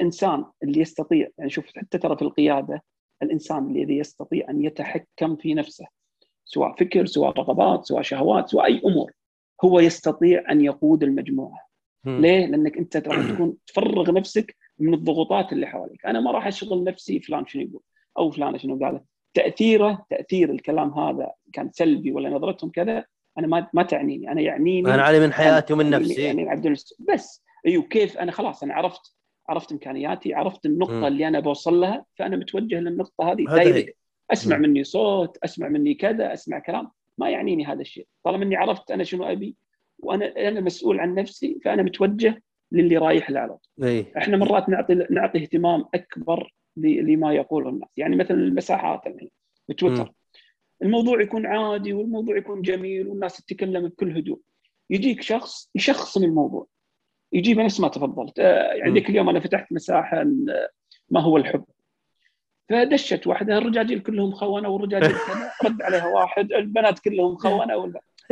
الانسان اللي يستطيع، يعني شوف حتى ترى في القياده الانسان الذي يستطيع ان يتحكم في نفسه، سواء فكر، سواء رغبات، سواء شهوات، سواء اي امور، هو يستطيع ان يقود المجموعه. ليه؟ لانك انت راح تكون تفرغ نفسك من الضغوطات اللي حواليك. انا ما راح اشغل نفسي فلان شنو يقول او فلان شنو قال. تاثير الكلام هذا كان سلبي ولا نظرتهم كذا، انا ما تعنيني، انا يعنيني انا علي من حياتي ومن نفسي. يعني عبد بس ايوه، كيف انا خلاص انا عرفت امكانياتي، عرفت النقطه اللي انا بوصل لها، فانا متوجه للنقطه هذه دايركت. اسمع مني صوت، اسمع مني كذا، اسمع كلام، ما يعنيني هذا الشيء طالما اني عرفت انا شنو ابي، وانا مسؤول عن نفسي، فانا متوجه للي رايح له على طول. احنا مرات نعطي اهتمام اكبر لما يقوله الناس. يعني مثلا المساحات الحين بتويتر، الموضوع يكون عادي والموضوع يكون جميل والناس تتكلم بكل هدوء، يجيك شخص يشخصن الموضوع، يجيب نفس ما تفضلت. عندك اليوم انا فتحت مساحه ما هو الحب، فدشت واحده الرجاجيل كلهم خونه والرجاجيل كذا، رد عليها واحد البنات كلهم خونه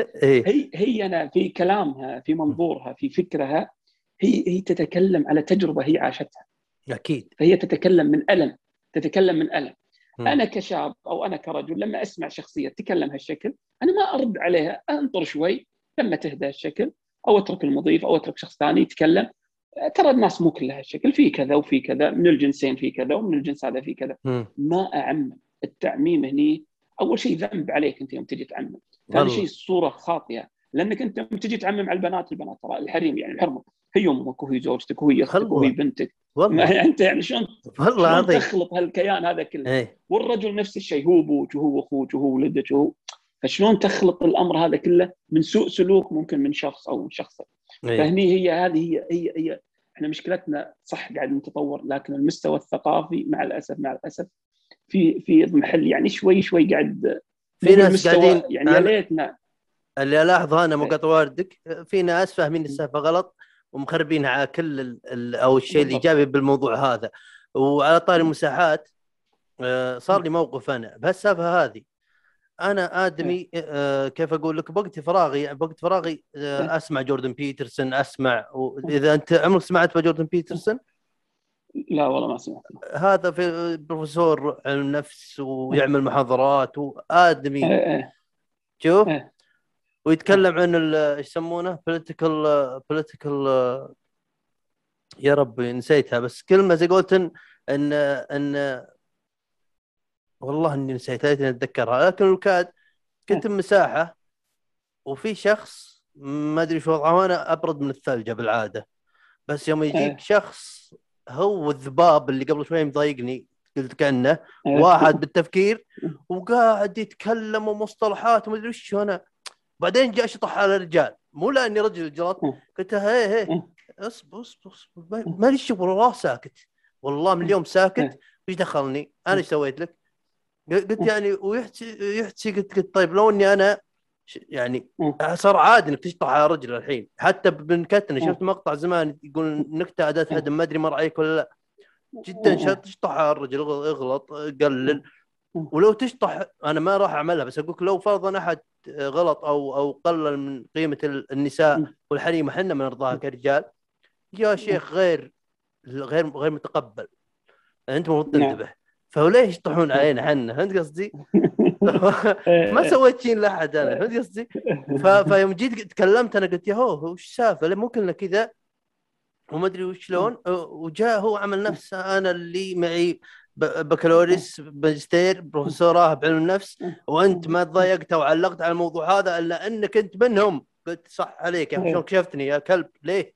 هي أنا في كلامها، في منظورها، في فكرها، هي تتكلم على تجربة هي عاشتها. أكيد. فهي تتكلم من ألم. أنا كشاب أو أنا كرجل لما أسمع شخصية تتكلم هالشكل، أنا ما أرد عليها، أنطر شوي لما تهدى الشكل، أو أترك المضيف أو أترك شخص ثاني يتكلم. ترى الناس مو كلها الشكل، في كذا وفي كذا، من الجنسين في كذا ومن الجنس هذا في كذا. ما أعمم. التعميم هني أول شيء ذنب عليك أنت يوم تجي تعمم. ثاني شيء الصورة خاطئة، لأنك أنت يوم تجي تعمم على البنات ترى الحريم، يعني الحرمة هي أمك وهي زوجتك وهي أختك وهي بنتك. أنت يعني شلون تخلط هالكيان هذا كله؟ والرجل نفس الشيء، هو أبوك وهو أخوك وهو ولدك وهو، فشلون تخلط الأمر هذا كله من سوء سلوك ممكن من شخص أو من شخص. فهني هي احنا مشكلتنا صح قاعد نتطور، لكن المستوى الثقافي مع الأسف في محل يعني شوي قاعد في ناس قاعدين يعني يا ليتنا. اللي الاحظه انا مقاطع واردك، في ناس فاهمين السالفه غلط ومخربينها على كل او الشيء الايجابي بالموضوع هذا. وعلى طاري المساحات، صار لي موقف انا بهالسالفه هذه. انا ادمي كيف اقول لك، بوقت فراغي اسمع جوردن بيترسون، اسمع. اذا انت عمرك سمعت بجوردن بيترسون؟ لا والله ما سمعت. هذا في بروفيسور علم نفس ويعمل محاضرات وادمي شوف ويتكلم عن ايش يسمونه political يا ربي نسيتها، بس كلمه زي قلت ان والله اني نسيتها، ليتني اتذكرها. لكن الكاد كنت مساحه وفي شخص ما ادري شو وضعه، وانا ابرد من الثلجه بالعاده، بس يوم يجيك شخص هو الذباب اللي قبل شوي مضايقني، قلت كأنه واحد بالتفكير وقاعد يتكلم ومصطلحات وما ادري وش. انا بعدين جاء شطح على الرجال، مو لاني رجل جلط، قلت هي اصبر ما لي شغل، والله ساكت، والله من اليوم ساكت، ايش دخلني انا، ايش سويت لك؟ قلت يعني ويحتسي قلت طيب لو اني انا يعني صار عادي انك تشطح على رجل الحين، حتى بنكتنا شفت مقطع زمان يقول نكته اداه هدم، ما ادري مر عليك ولا لا، جدا تشطح على الرجل، اغلط قلل. ولو تشطح انا ما راح اعملها، بس اقولك لو فرضا احد غلط او قلل من قيمه النساء والحريم، احنا ما نرضاها كرجال يا شيخ، غير متقبل، انت المفروض تنتبه. فليش يشطحون علينا احنا؟ فهمت قصدي؟ ما سويت شيء لاحد انا، فهمت قصدي؟ فيوم جيت تكلمت انا قلت يا هو وش السالفه، ممكن كذا وما ادري وشلون، وجاء هو عمل نفسه انا اللي معي بكالوريوس ماجستير بروفيسوراه بعلم النفس، وانت ما تضايقت وعلقت على الموضوع هذا الا انك انت منهم. قلت صح عليك يا شلون كشفتني يا كلب ليه؟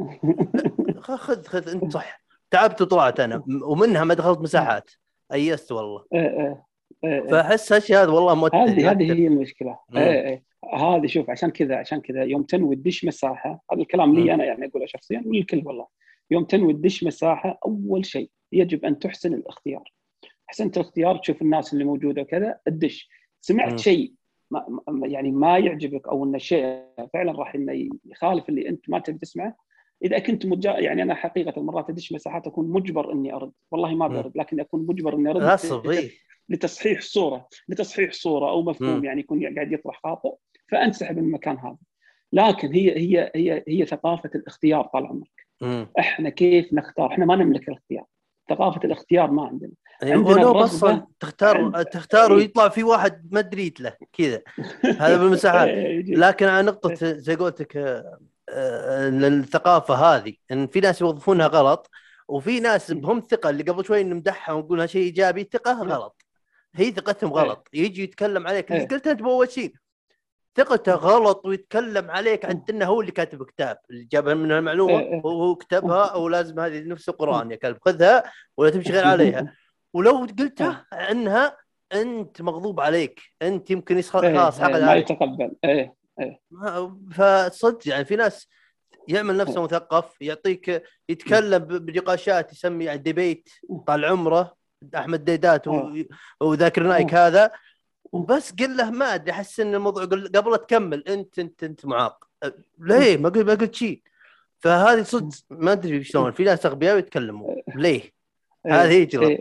خذ انت صح، تعبت وطلعت انا، ومنها ما دخلت مساحات، ايست والله. فاحس هالشيء هذا والله موتر. هذه هي المشكله. هذه شوف، عشان كذا يوم تنوي تدش مساحه، هذا الكلام لي انا يعني اقوله شخصيا وللكل والله، يوم تنوي تدش مساحه اول شيء يجب ان تحسن الاختيار. احسنت الاختيار، تشوف الناس اللي موجوده كذا تدش. سمعت شيء يعني ما يعجبك او ان الشيء فعلا راح انه يخالف اللي انت ما تبي تسمعه، اذا كنت يعني انا حقيقه مرات ادش مساحات اكون مجبر اني ارد، والله ما برد لكن اكون مجبر اني ارد لتصحيح صوره او مفهوم يعني يكون قاعد يطرح خاطئ، فانسحب من المكان هذا. لكن هي ثقافه الاختيار طال عمرك. احنا كيف نختار؟ احنا ما نملك الاختيار، ثقافه الاختيار ما عندنا. عندنا الرغبة اصلا تختار ويطلع في واحد ما دريت له كذا. هذا بالمساحات. لكن على نقطه زي قولتك الثقافه هذه، ان في ناس يوظفونها غلط، وفي ناس بهم ثقه اللي قبل شوي نمدحها ونقولها شيء ايجابي، ثقه غلط، هي ثقتهم غلط. يجي يتكلم عليك اللي قلت انت بأول شيء، ثقته غلط، ويتكلم عليك عن انه هو اللي كاتب كتاب اللي جابها من المعلومه وهو كتبها، او لازم هذه نفس القران يا كلب خذها ولا تمشي غير عليها. ولو قلتها عنها انت مغضوب عليك، انت يمكن خلاص حقد ما عليك، يتقبل. فصدق يعني في ناس يعمل نفسه مثقف، يعطيك يتكلم بنقاشات يسمي يعني ديبيت طال عمره احمد ديدات وذاكر نايك هذا، وبس قل له ما ادري، احس ان الموضوع قبل تكمل انت معاق ليه ما قلت شيء. فهذه صدق ما ادري شلون في ناس اغبياء يتكلموا ليه. هذه يجرب.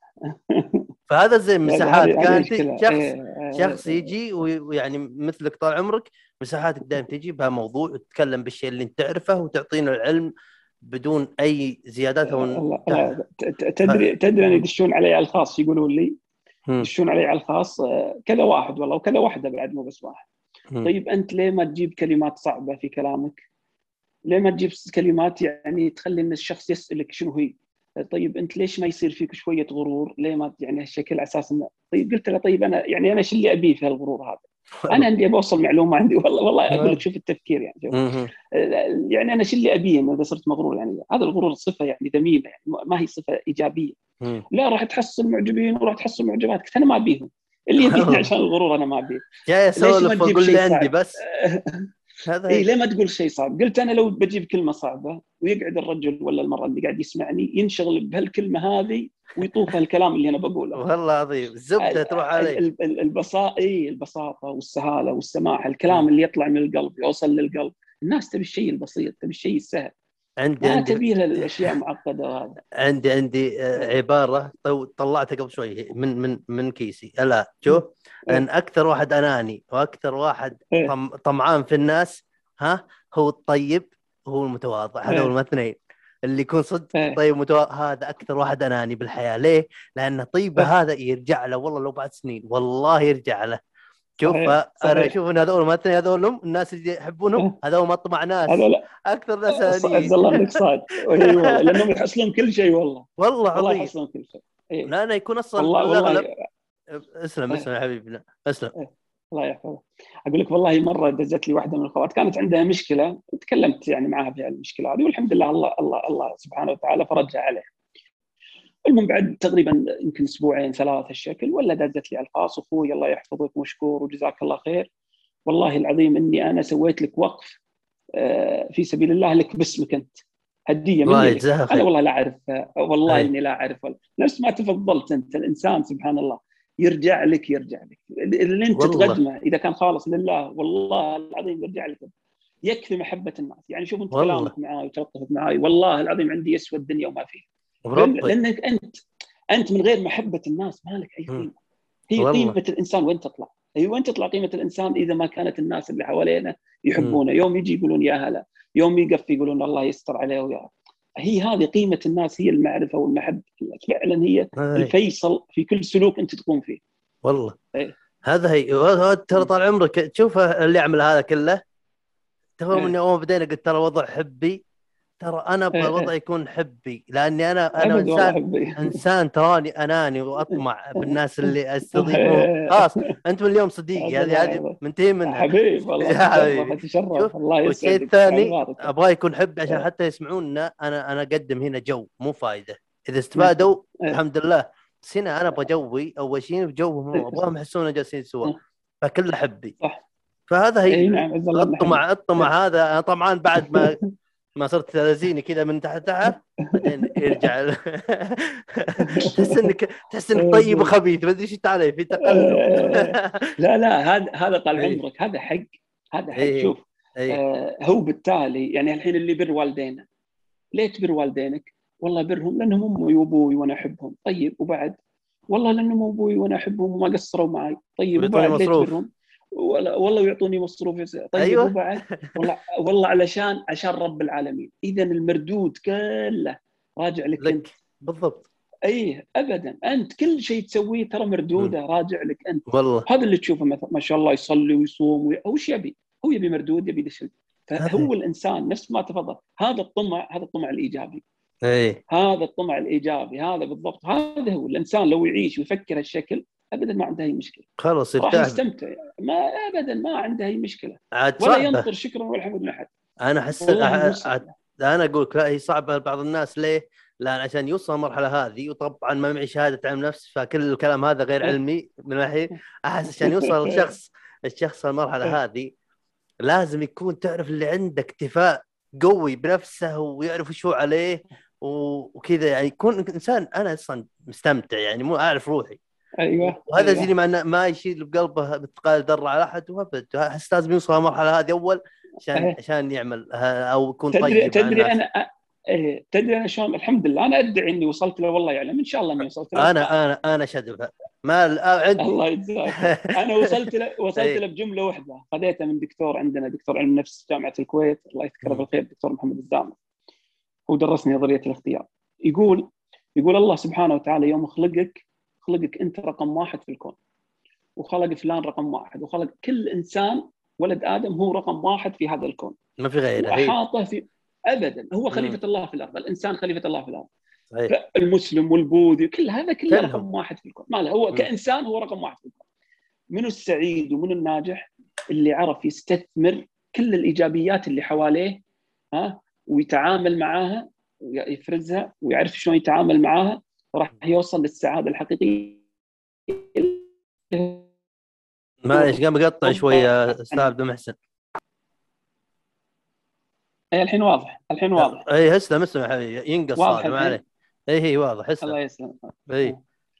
فهذا زي مساحات كانت شخص يجي ويعني مثلك طال عمرك، مساحاتك دائما تجي بها موضوع وتتكلم بالشيء اللي انت تعرفه وتعطينا العلم بدون اي زيادات او تدري ان يدشون علي على الخاص، يقولون لي يدشون علي على الخاص كذا واحد والله، وكذا واحده بعد مو بس واحد. طيب انت ليه ما تجيب كلمات صعبه في كلامك؟ ليه ما تجيب كلمات يعني تخلي ان الشخص يسالك شنو هي؟ طيب انت ليش ما يصير فيك شويه غرور؟ ليه ما يعني هالشكل اساسا؟ طيب قلت له طيب انا شو اللي ابيه في الغرور هذا؟ انا عندي بوصل معلومه عندي والله اقول لك شوف التفكير يعني يعني انا شو اللي ابيه اذا صرت مغرور؟ يعني هذا الغرور صفه يعني ذميمه، يعني ما هي صفه ايجابيه. لا راح تحصل معجبين وراح تحصل معجبات، انا ما ابيهم، اللي يبيني عشان الغرور انا ما ابيه. جاي اسولف واقول اللي عندي بس هذا ليه ما تقول شيء صعب؟ قلت انا لو بجيب كلمه صعبه ويقعد الرجل ولا المراه اللي قاعد يسمعني ينشغل بهالكلمه هذه ويطوف هالكلام اللي انا بقوله. والله عظيم الزبده تروح عليه. البساطه والسهاله والسماحه، الكلام اللي يطلع من القلب يوصل للقلب. الناس تبي الشيء البسيط، تبي الشيء السهل، ما تبي الاشياء معقده. وهذا عندي عباره طلعتها قبل شوي من كيسي. الا شوف ان اكثر واحد اناني واكثر واحد طمعان في الناس هو الطيب، هو المتواضع. هذا هو الاثنين اللي يكون صدق طيب متواضع، هذا اكثر واحد اناني بالحياه. ليه؟ لان طيبه هذا يرجع له والله لو بعد سنين والله يرجع له. شوف انا اشوف ان هذول ما هذول الناس اللي يحبونهم هذول مطمع ناس اكثر ناس عز الله انك صاد. اي والله لانهم يحصلون كل شيء والله عظيم يحصلون كل شيء. لا انا يكون اصلا والله اسلم يا حبيبنا اسلم. الله يحفظك. اقول لك والله مره دزت لي واحده من الاخوات كانت عندها مشكله، تكلمت يعني معها في المشكله هذه والحمد لله الله سبحانه وتعالى فرجها عليها. المهم بعد تقريبا يمكن اسبوعين ثلاثه الشكل ولا دزت لي على الخاص، اخوي الله يحفظك مشكور وجزاك الله خير، والله العظيم اني انا سويت لك وقف في سبيل الله لك باسمك انت، هديه مني لك. انا والله لا اعرف، والله اني لا اعرف، نفس ما تفضلت انت. الانسان سبحان الله يرجع لك اللي انت تقدمه اذا كان خالص لله والله العظيم يرجع لك. يكفي محبه الناس. يعني شوف انت كلامك معاي وتلطفك معاي والله العظيم عندي يسوى الدنيا وما فيه، لانك انت من غير محبه الناس ما لك اي قيمه. هي قيمه الانسان وين تطلع؟ وين تطلع قيمه الانسان اذا ما كانت الناس اللي حوالينا يحبونه؟ يوم يجي يقولون يا هلا، يوم يقف يقولون الله يستر عليه ويا. هي هذه قيمه الناس، هي المعرفه والمحبه فعلا، هي الفيصل في كل سلوك انت تقوم فيه والله. هذا هي ترى طال عمرك تشوف اللي يعمل هذا كله. ترى من يوم بدينا قلت ترى وضع حبي، ترى انا ابغى الوضع يكون حبي، لاني انا انسان تراني اناني واطمع بالناس اللي استضيفهم. خلاص انت من اليوم صديقي، هذه منتهي منها حبيب والله. تشرف الله يسعدك. والشيء الثاني ابغى يكون حبي عشان حتى يسمعوننا. انا اقدم هنا جو مو فايده، اذا استفادوا الحمد لله، بس هنا انا ابغى جوي اول شيء بجوهم، ابغاهم يحسون جالسين سوا، فكل حبي. فهذا هي الطمع هذا. انا طمعان بعد ما صرت ثلاثيني كذا من تحت بعدين يرجع تحس انك طيب وخبيث، ما ادري ايش تعالي في تقلب. لا هذا طال عمرك، هذا حق شوف هو بالتالي يعني الحين اللي بر والدينا، ليه تبر والدينك؟ والله برهم لانهم امي وابوي وانا احبهم. طيب وبعد؟ والله لانهم ابوي وانا احبهم وما قصروا معي. طيب وبعد ليه تبرهم؟ والله يعطوني مصروف. طيب أيوة. وبعد والله عشان رب العالمين. اذا المردود كله راجع لك انت. بالضبط. اي ابدا، انت كل شيء تسويه ترى مردوده راجع لك انت. والله هذا اللي تشوفه مثلا ما شاء الله يصلي ويصوم وش يبي؟ هو يبي مردود، يبي دشل. فهو الانسان نفس ما تفضل، هذا الطمع الايجابي. ايه هذا الطمع الايجابي، هذا بالضبط. هذا هو الانسان لو يعيش ويفكر هالشكل ابدا ما عنده اي مشكله، خلص راح يرتاح. يستمتع. ما ابدا ما عنده اي مشكله، عاد ولا صعبة. ينطر شكرا ولا حمد من احد. انا احس والله مصعب. انا اقول لك لا، هي صعبة لبعض الناس. ليه؟ لان عشان يوصل المرحلة هذه، وطبعا ما معي شهادة علم نفس، فكل الكلام هذا غير علمي من ناحية. احس عشان يوصل الشخص المرحلة هذه لازم يكون تعرف اللي عنده اكتفاء قوي بنفسه، ويعرف وش هو عليه وكذا، يعني يكون انسان انا اصلا مستمتع، يعني مو اعرف روحي. ايوه وهذا زي اللي ما يشيل بقلبه مثقال ذره على احد، وابد احس لازم يوصل المرحله هذه اول عشان يعمل او يكون طيب مع الناس. تدري انا شلون؟ الحمد لله انا ادعي اني وصلت له، والله يعلم ان شاء الله اني وصلت له. انا شدفه ما عندي. الله يجزاك. انا وصلت له بجمله واحده خذيتها من دكتور عندنا، دكتور علم نفس جامعه الكويت، الله يذكره بالخير، دكتور محمد الزامل. هو درسني نظريه الاختيار. يقول الله سبحانه وتعالى يوم خلقك انت رقم 1 في الكون، وخلق فلان رقم 1، وخلق كل انسان ولد ادم هو رقم 1 في هذا الكون، ما في غيره. وأحاطه في ابدا. هو خليفه الله في الارض، الانسان خليفه الله في الارض. صحيح. المسلم والبوذي كل هذا كله كلهم. رقم 1 في الكون. ما له هو كانسان هو رقم 1 في الكون. منو السعيد ومنو الناجح؟ اللي عرف يستثمر كل الايجابيات اللي حواليه، ويتعامل معاها ويفرزها، ويعرف شلون يتعامل معاها، راح يوصل للسعاده الحقيقيه. معليش قام يقطع شوي يا استاذ عبد المحسن. اي الحين واضح. اي اسلم حبيبي، ينقص صوت ما عليه. اي واضح. اسلم. الله يسلمك. اي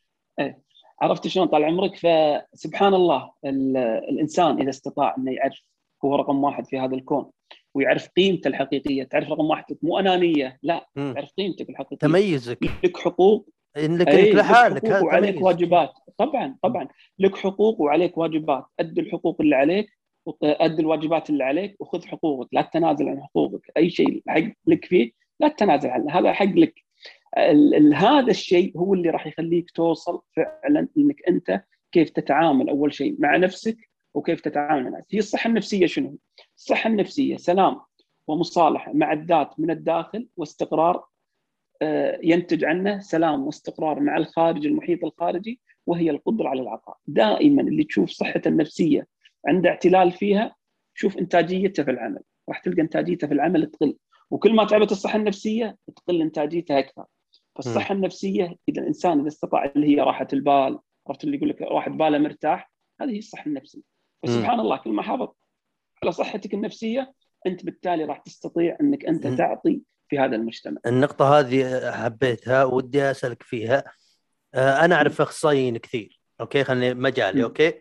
عرفت شلون طال عمرك؟ فسبحان الله الانسان اذا استطاع انه يعرف هو رقم 1 في هذا الكون، ويعرف قيمته الحقيقيه، تعرف رقم 1 مو انانيه، لا تعرف قيمتك الحقيقيه، تميزك، لك حقوق، انك لحالك، هذا وعليك واجبات. طبعا لك حقوق وعليك واجبات. ادي الحقوق اللي عليك، وادي الواجبات اللي عليك، وخذ حقوقك، لا تتنازل عن حقوقك. اي شيء حق لك فيه لا تتنازل عنه، هذا حق لك. هذا الشيء هو اللي راح يخليك توصل فعلا انك انت كيف تتعامل اول شيء مع نفسك، وكيف تتعامل مع الناس. هي الصحه النفسيه شنو؟ الصحه النفسيه سلام ومصالحه مع الذات من الداخل، واستقرار ينتج عنه سلام واستقرار مع الخارج، المحيط الخارجي، وهي القدره على العطاء. دائما اللي تشوف صحته النفسيه عنده اعتلال فيها، شوف انتاجيته في العمل، راح تلقى انتاجيته في العمل تقل. وكل ما تعبت الصحه النفسيه تقل انتاجيتها اكثر. فالصحه النفسيه اذا الانسان اذا استطاع، اللي هي راحه البال، عرفت اللي يقول لك واحد باله مرتاح، هذه هي الصحه النفسيه. فسبحان الله كل ما حافظ على صحتك النفسيه انت بالتالي راح تستطيع انك انت تعطي في هذا المجتمع. النقطه هذه حبيتها ودي اسالك فيها. انا اعرف اخصائيين كثير، اوكي خليني مجالي، اوكي،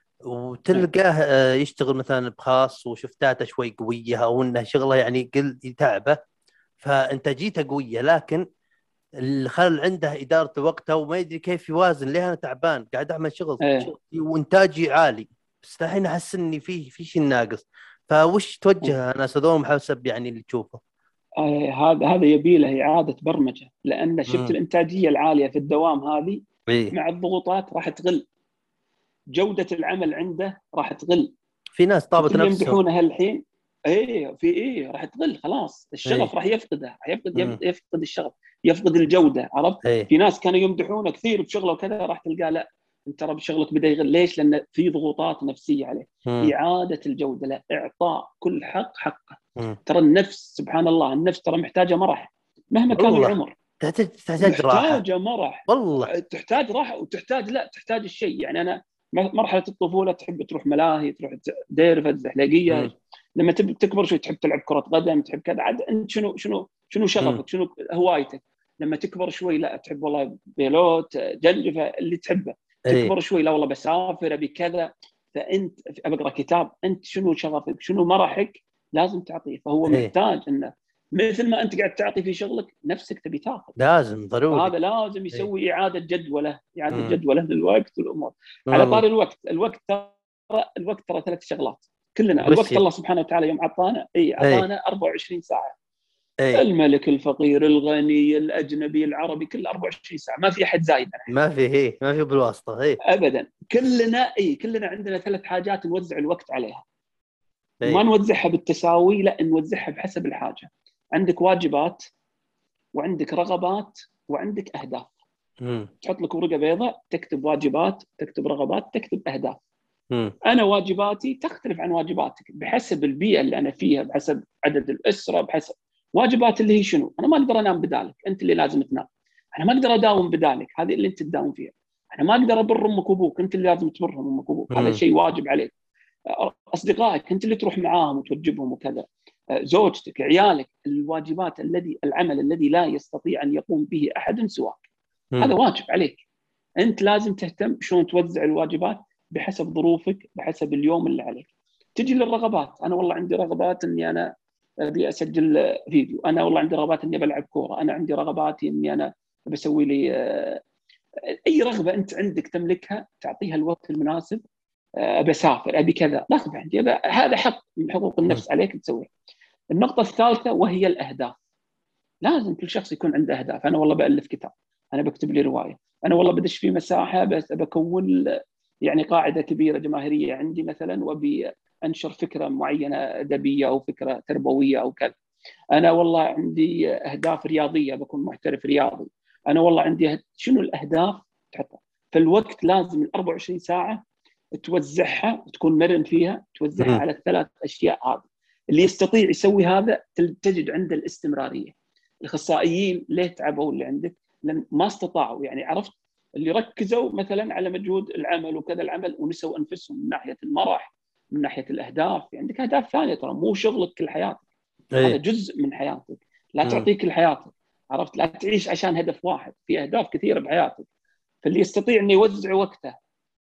وتلقاه يشتغل مثلا بخاص وشفتاته شوي قويه، او انه شغله يعني قل يتعبه فانتاجيته قويه، لكن الخلل عنده اداره وقته وما يدري كيف يوازن. ليه انا تعبان قاعد اعمل شغل وانتاجي عالي، بس الحين احس اني في شيء ناقص. فوش توجه انا هذول حسب يعني اللي تشوفه؟ هذا يبي له اعاده برمجه، لان شفت الانتاجيه العاليه في الدوام هذه مع الضغوطات راح تقل، جوده العمل عنده راح تقل. في ناس طابت نفسهم يمدحونه هالحين راح تقل، خلاص الشغف راح يفقده، يفقد الشغف، يفقد الجوده، عرفت؟ في ناس كانوا يمدحونه كثير بشغله وكذا، راح تلقاه لا انت ترى بشغلك بدا يغل. ليش؟ لان في ضغوطات نفسيه عليه. اعاده الجوده، لا اعطاء كل حق حقه. ترى النفس سبحان الله، النفس ترى محتاجه مرح مهما كان العمر، تحتاج راحه، محتاجه مرح والله تحتاج راحه، وتحتاج تحتاج الشيء. يعني انا مرحله الطفوله تحب تروح ملاهي، تروح دير زحليقيه، لما تكبر شوي تحب تلعب كره قدم، تحب كذا. عاد انت شنو شغفك؟ شنو هوايتك؟ لما تكبر شوي لا تحب والله بيلوت جلفه اللي تحبه. تكبر شوي لا والله بسافر ابي كذا. فانت بقرا كتاب، انت شنو شغفك؟ شنو مرحك؟ لازم تعطيه. فهو محتاج انه مثل ما انت قاعد تعطي في شغلك نفسك تبي تاخذ، لازم ضروري. هذا لازم يسوي اعاده جدوله للوقت والامور. على طار الوقت الوقت ترى 3 شغلات كلنا. وش الوقت هي؟ الله سبحانه وتعالى يوم عطانا عطانا 24 ساعة. اي الملك، الفقير، الغني، الأجنبي، العربي، كل 24 ساعة، ما في أحد زايد عنها ما في، هي ما في بالواسطه، هي أبدا. كلنا عندنا 3 حاجات نوزع الوقت عليها، ما اي نوزعها بالتساوي، لا نوزعها بحسب الحاجة. عندك واجبات، وعندك رغبات، وعندك أهداف. تحط لك ورقة بيضاء تكتب واجبات، تكتب رغبات، تكتب أهداف. أنا واجباتي تختلف عن واجباتك بحسب البيئة اللي أنا فيها، بحسب عدد الأسرة، بحسب واجبات اللي هي شنو. أنا ما أقدر أنام بدالك، أنت اللي لازم تنام. أنا ما أقدر أداوم بدالك، هذه اللي أنت تداوم فيها. أنا ما أقدر أبر أمك وأبوك، أنت اللي لازم تبرهم أمك وأبوك، هذا شيء واجب عليك. أصدقائك أنت اللي تروح معاهم وتوجبهم وكذا. زوجتك، عيالك، الواجبات العمل الذي لا يستطيع أن يقوم به أحد سواك، هذا واجب عليك. أنت لازم تهتم شلون توزع الواجبات بحسب ظروفك، بحسب اليوم اللي عليك. تجي للرغبات، أنا والله عندي رغبات أني أنا أبي أسجل فيديو، أنا والله عندي رغبات أني بلعب كورة، أنا عندي رغباتي أني أنا بسوي لي أي رغبة أنت عندك تملكها تعطيها الوقت المناسب. أبي أسافر، أبي كذا، رغبة عندي، هذا حق من حقوق النفس عليك تسويه. النقطة الثالثة وهي الأهداف. لازم كل شخص يكون عنده أهداف. أنا والله بألف كتاب، أنا بكتب لي رواية، أنا والله بدش في مساحة بس بكون يعني قاعدة كبيرة جماهيرية عندي مثلا، وأبي أنشر فكرة معينة أدبية أو فكرة تربوية أو كذا. أنا والله عندي أهداف رياضية، بكون محترف رياضي. أنا والله عندي شنو الأهداف تحطها. فالوقت لازم ال 24 ساعة توزعها، تكون مرن فيها، توزعها على ال3 أشياء هذه. اللي يستطيع يسوي هذا تجد عنده الاستمرارية. الأخصائيين ليه تعبوا اللي عندك؟ لأن ما استطاعوا، يعني عرفت، اللي ركزوا مثلا على مجهود العمل وكذا العمل ونسوا أنفسهم من ناحية المرح، من ناحية الأهداف. عندك أهداف ثانية ترى، مو شغلك كل حياتك، هذا جزء من حياتك، لا تعطيك كل حياتك، عرفت؟ لا تعيش عشان هدف واحد، في أهداف كثيرة بحياتك. فاللي يستطيع أن يوزع وقته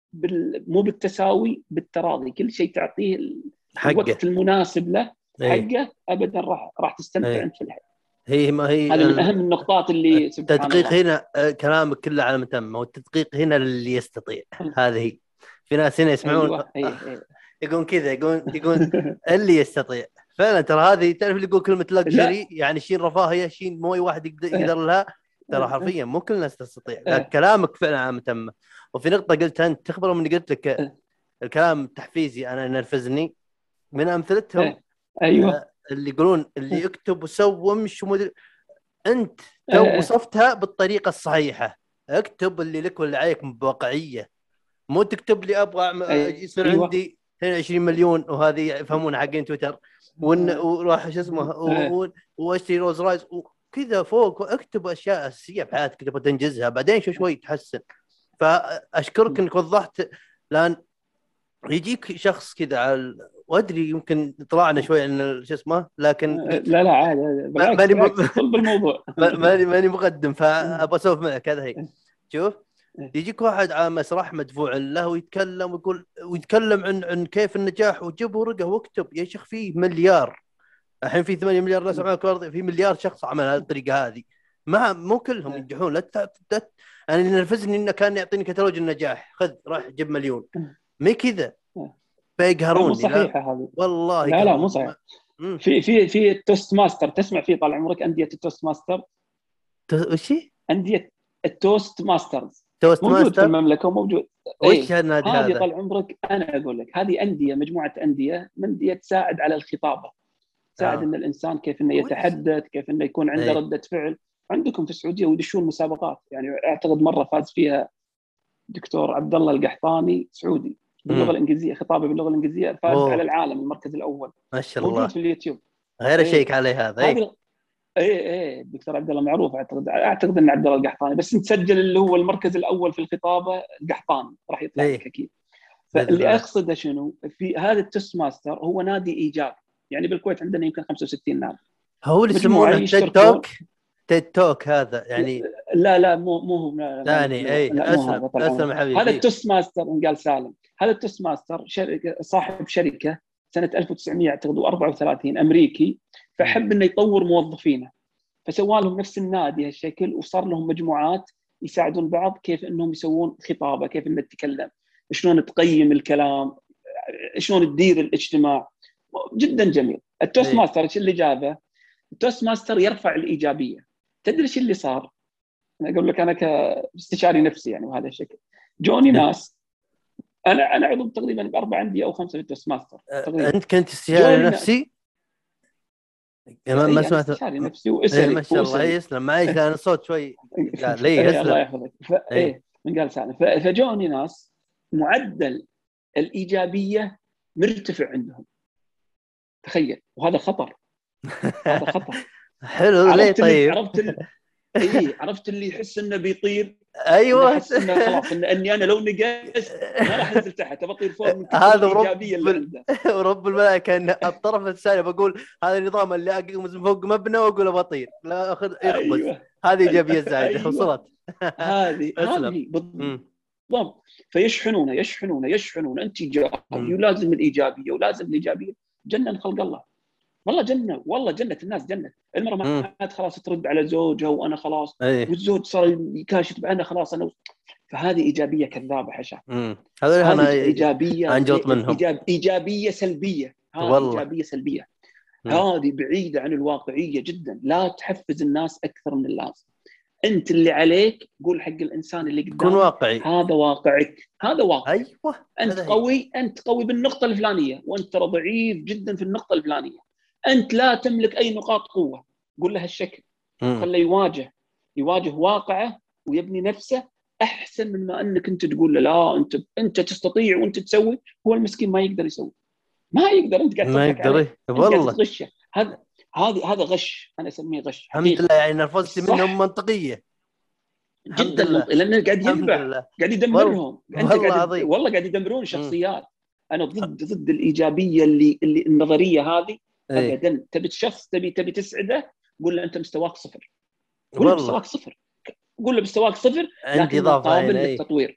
مو بالتساوي، بالتراضي، كل شيء تعطيه الوقت المناسب له حقه، أبدا راح تستمتع أنت في الحياة. هي ما هي هذه من أهم النقطات اللي التدقيق هنا. كلامك كله على متم، والتدقيق هنا اللي يستطيع. هذه في ناس هنا يسمعون يقول كذا، يقول اللي يستطيع فعلا. ترى هذه تعرف اللي يقول كلمة لكجري، يعني شيء رفاهية، شيء مو أي واحد يقدر لها. ترى حرفيا مو كل الناس تستطيع. لكن كلامك فعلا على متم. وفي نقطة قلتها أنت تخبر من قلت لك الكلام التحفيزي أنا نرفزني من أمثلتهم. أيوة. اللي يقولون اللي يكتب وسوي ومش مدري. أنت تو وصفتها بالطريقة الصحيحة. اكتب اللي لك واللي عليك بواقعية، مو تكتب لي أبغى يصير عندي 22 مليون وهذه يفهمون حقين تويتر وراح شو اسمه واشتري روز رايز وكذا فوق. اكتب أشياء أساسية في حياتك تبغى تنجزها، بعدين شوي تحسن. فأشكرك إنك وضحت، لأن يجيك شخص كذا على وادري يمكن طلعنا شوي عن شو اسمه، لكن لا عادي، بالعكس طلب الموضوع. ماني مقدم، فابغى اسولف معك. هذا هي. شوف، يجيك واحد على مسرح مدفوع له ويتكلم ويتكلم عن كيف النجاح، وجيب ورقه واكتب. يا شيخ فيه مليار، الحين في 8 مليار ناس على الارض، في مليار شخص عمل هذه الطريقه هذه. مو كلهم ينجحون. لا انا اللي نرفزني انه كان يعطيني كتالوج النجاح، خذ راح جيب مليون. مي كذا فيقهروني. مو صحيحه هذه والله. لا مو صحيح. في التوست ماستر، تسمع فيه طال عمرك أندية التوست ماستر؟ وش هي أندية التوست ماسترز؟ توست موجود ماستر في المملكة وموجود. وش النادي هذا؟ هذه طال عمرك أنا أقول لك، هذه أندية، مجموعة أندية تساعد على الخطابة، تساعد إن الإنسان كيف إنه يتحدث، كيف إنه يكون عنده ردة فعل. عندكم في السعودية ويدشون مسابقات، يعني أعتقد مرة فاز فيها دكتور عبد الله القحطاني، سعودي، باللغة الإنجليزية، خطابه باللغة الإنجليزية، فاز على العالم المركز الأول. ما شاء الله. موجود في اليوتيوب، غير شيك عليه هذا. دكتور عبد الله معروف، اعتقد ان عبد الله القحطاني، بس نسجل اللي هو المركز الاول في الخطابه القحطاني راح يطلع لك اكيد. فاللي اقصده شنو في هذا التوست ماستر، هو نادي ايجابي. يعني بالكويت عندنا يمكن 65 نادي. هو اللي يسمونه تيد توك هذا يعني. لا مو هو ثاني. اسلم حبيبي. هذا التوست ماستر قال سالم، هذا التوست ماستر صاحب شركه سنه 1934 امريكي، فحب انه يطور موظفينه، فسوى لهم نفس النادي هالشكل، وصار لهم مجموعات يساعدون بعض كيف انهم يسوون خطابه، كيف انه تتكلم، شلون تقيم الكلام، شلون تدير الاجتماع. جدا جميل. التوست ماستر ايش اللي جابه؟ التوست ماستر يرفع الايجابيه. تدري ايش اللي صار؟ انا اقول لك انا كاستشاري نفسي يعني بهذا الشكل. جوني ناس، انا عضو تقريبا ب4 عندي او 5 في التوست ماستر تقريبا. انت كنت استشاري نفسي؟ ما سمعت. استشاري نفسي واسري. ما شاء الله يسلم. معيش لان الصوت شوي قال لي يسلم. الله يحفظك. من قال سالم. فجوني ناس معدل الايجابيه مرتفع عندهم، تخيل. وهذا خطر، هذا خطر. حلو. ليه طيب؟ عرفت اللي يحس انه بيطير. ايوه، احس انه خلاص اني انا لو نقصت ما راح انزل تحت، بطير فوق من هذا الايجابيه اللي عنده. ورب الملائكه ان الطرف الثاني بقول هذا النظام اللي اقوم من فوق مبنى واقول بطير، لا اخذ يخبز. أيوة. هذه ايجابيه زايده. أيوة. وصلت. هذه بالضبط. فيشحنون انت ايجابي ولازم الايجابيه ولازم الايجابيه. جنن خلق الله، والله جنة، والله جنة الناس جنة. المرأة ما عاد خلاص ترد على زوجها وانا خلاص، والزوج صار يكاشف انا خلاص انا. فهذه ايجابيه كذابه حشا. هذا انا ايجابيه انجط منهم. ايجابيه سلبيه. والله ايجابيه سلبيه. هذه بعيده عن الواقعيه جدا. لا تحفز الناس اكثر من اللازم. انت اللي عليك قول حق الانسان اللي قدامك كن واقعي. هذا واقعك، هذا واقع. ايوه. انت قوي، انت قوي بالنقطه الفلانيه، وانت ترى ضعيف جدا في النقطه الفلانيه. انت لا تملك اي نقاط قوه. قول له هالشكل، خليه يواجه واقعه ويبني نفسه احسن من ما انك انت تقول له لا انت تستطيع وانت تسوي. هو المسكين ما يقدر يسوي، ما يقدر. انت قاعد ما يقدر والله. تغشه. هذا غش، انا اسميه غش. الحمد لله يعني نرفزت منهم منطقيه جدا، لانه قاعد يذبح، قاعد يدمرهم. انت والله قاعد يدمرون شخصيات. انا ضد الايجابيه اللي النظريه هذه ابدا. تبي شخص تبي تسعده، قول له انت مستواك صفر. قول له مستواك صفر، قول له مستواك صفر، لكن قابل للتطوير.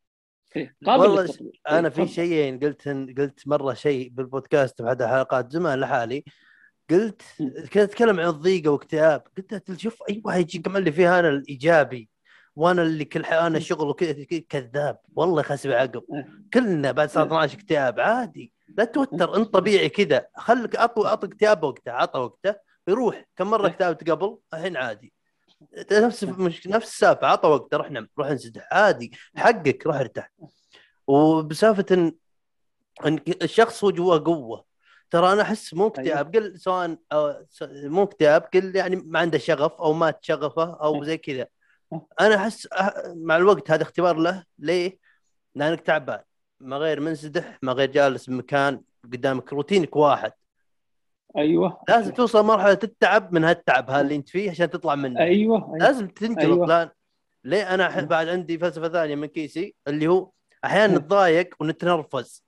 قابل للتطوير. انا في شيئين قلت مره شيء بالبودكاست بأحد الحلقات زمان لحالي. كنت اتكلم عن الضيقه واكتئاب. قلت شوف اي واحد يجي كمان اللي فيها انا الايجابي وانا اللي كل انا شغل وكذا، كذاب والله. خاسب عقب. كلنا بعد الساعه 12 اكتئاب عادي. لا توتر، انت طبيعي كذا. خليك اعطي اكتئاب وقته، عطى وقته يروح. كم مره اكتئبت قبل، الحين عادي. نفس السالفه، عطى وقته، روح نم، روح انسدح عادي. حقك، روح ارتاح. وبسالفه ان الشخص هو جواه قوه. ترى انا احس مو اكتئاب قل، سواء مو اكتئاب قل يعني ما عنده شغف او مات شغفه او زي كذا. انا احس مع الوقت هذا اختبار له. ليه؟ لانك تعبان، ما غير منسدح، ما غير جالس بمكان قدامك، روتينك واحد. ايوه. لازم توصل مرحله التعب من هالتعب هذا اللي انت فيه عشان تطلع منه. ايوه. لازم تنجلط. ليه؟ انا بعد عندي فلسفه ثانيه من كيسي اللي هو احيانا نتضايق ونتنرفز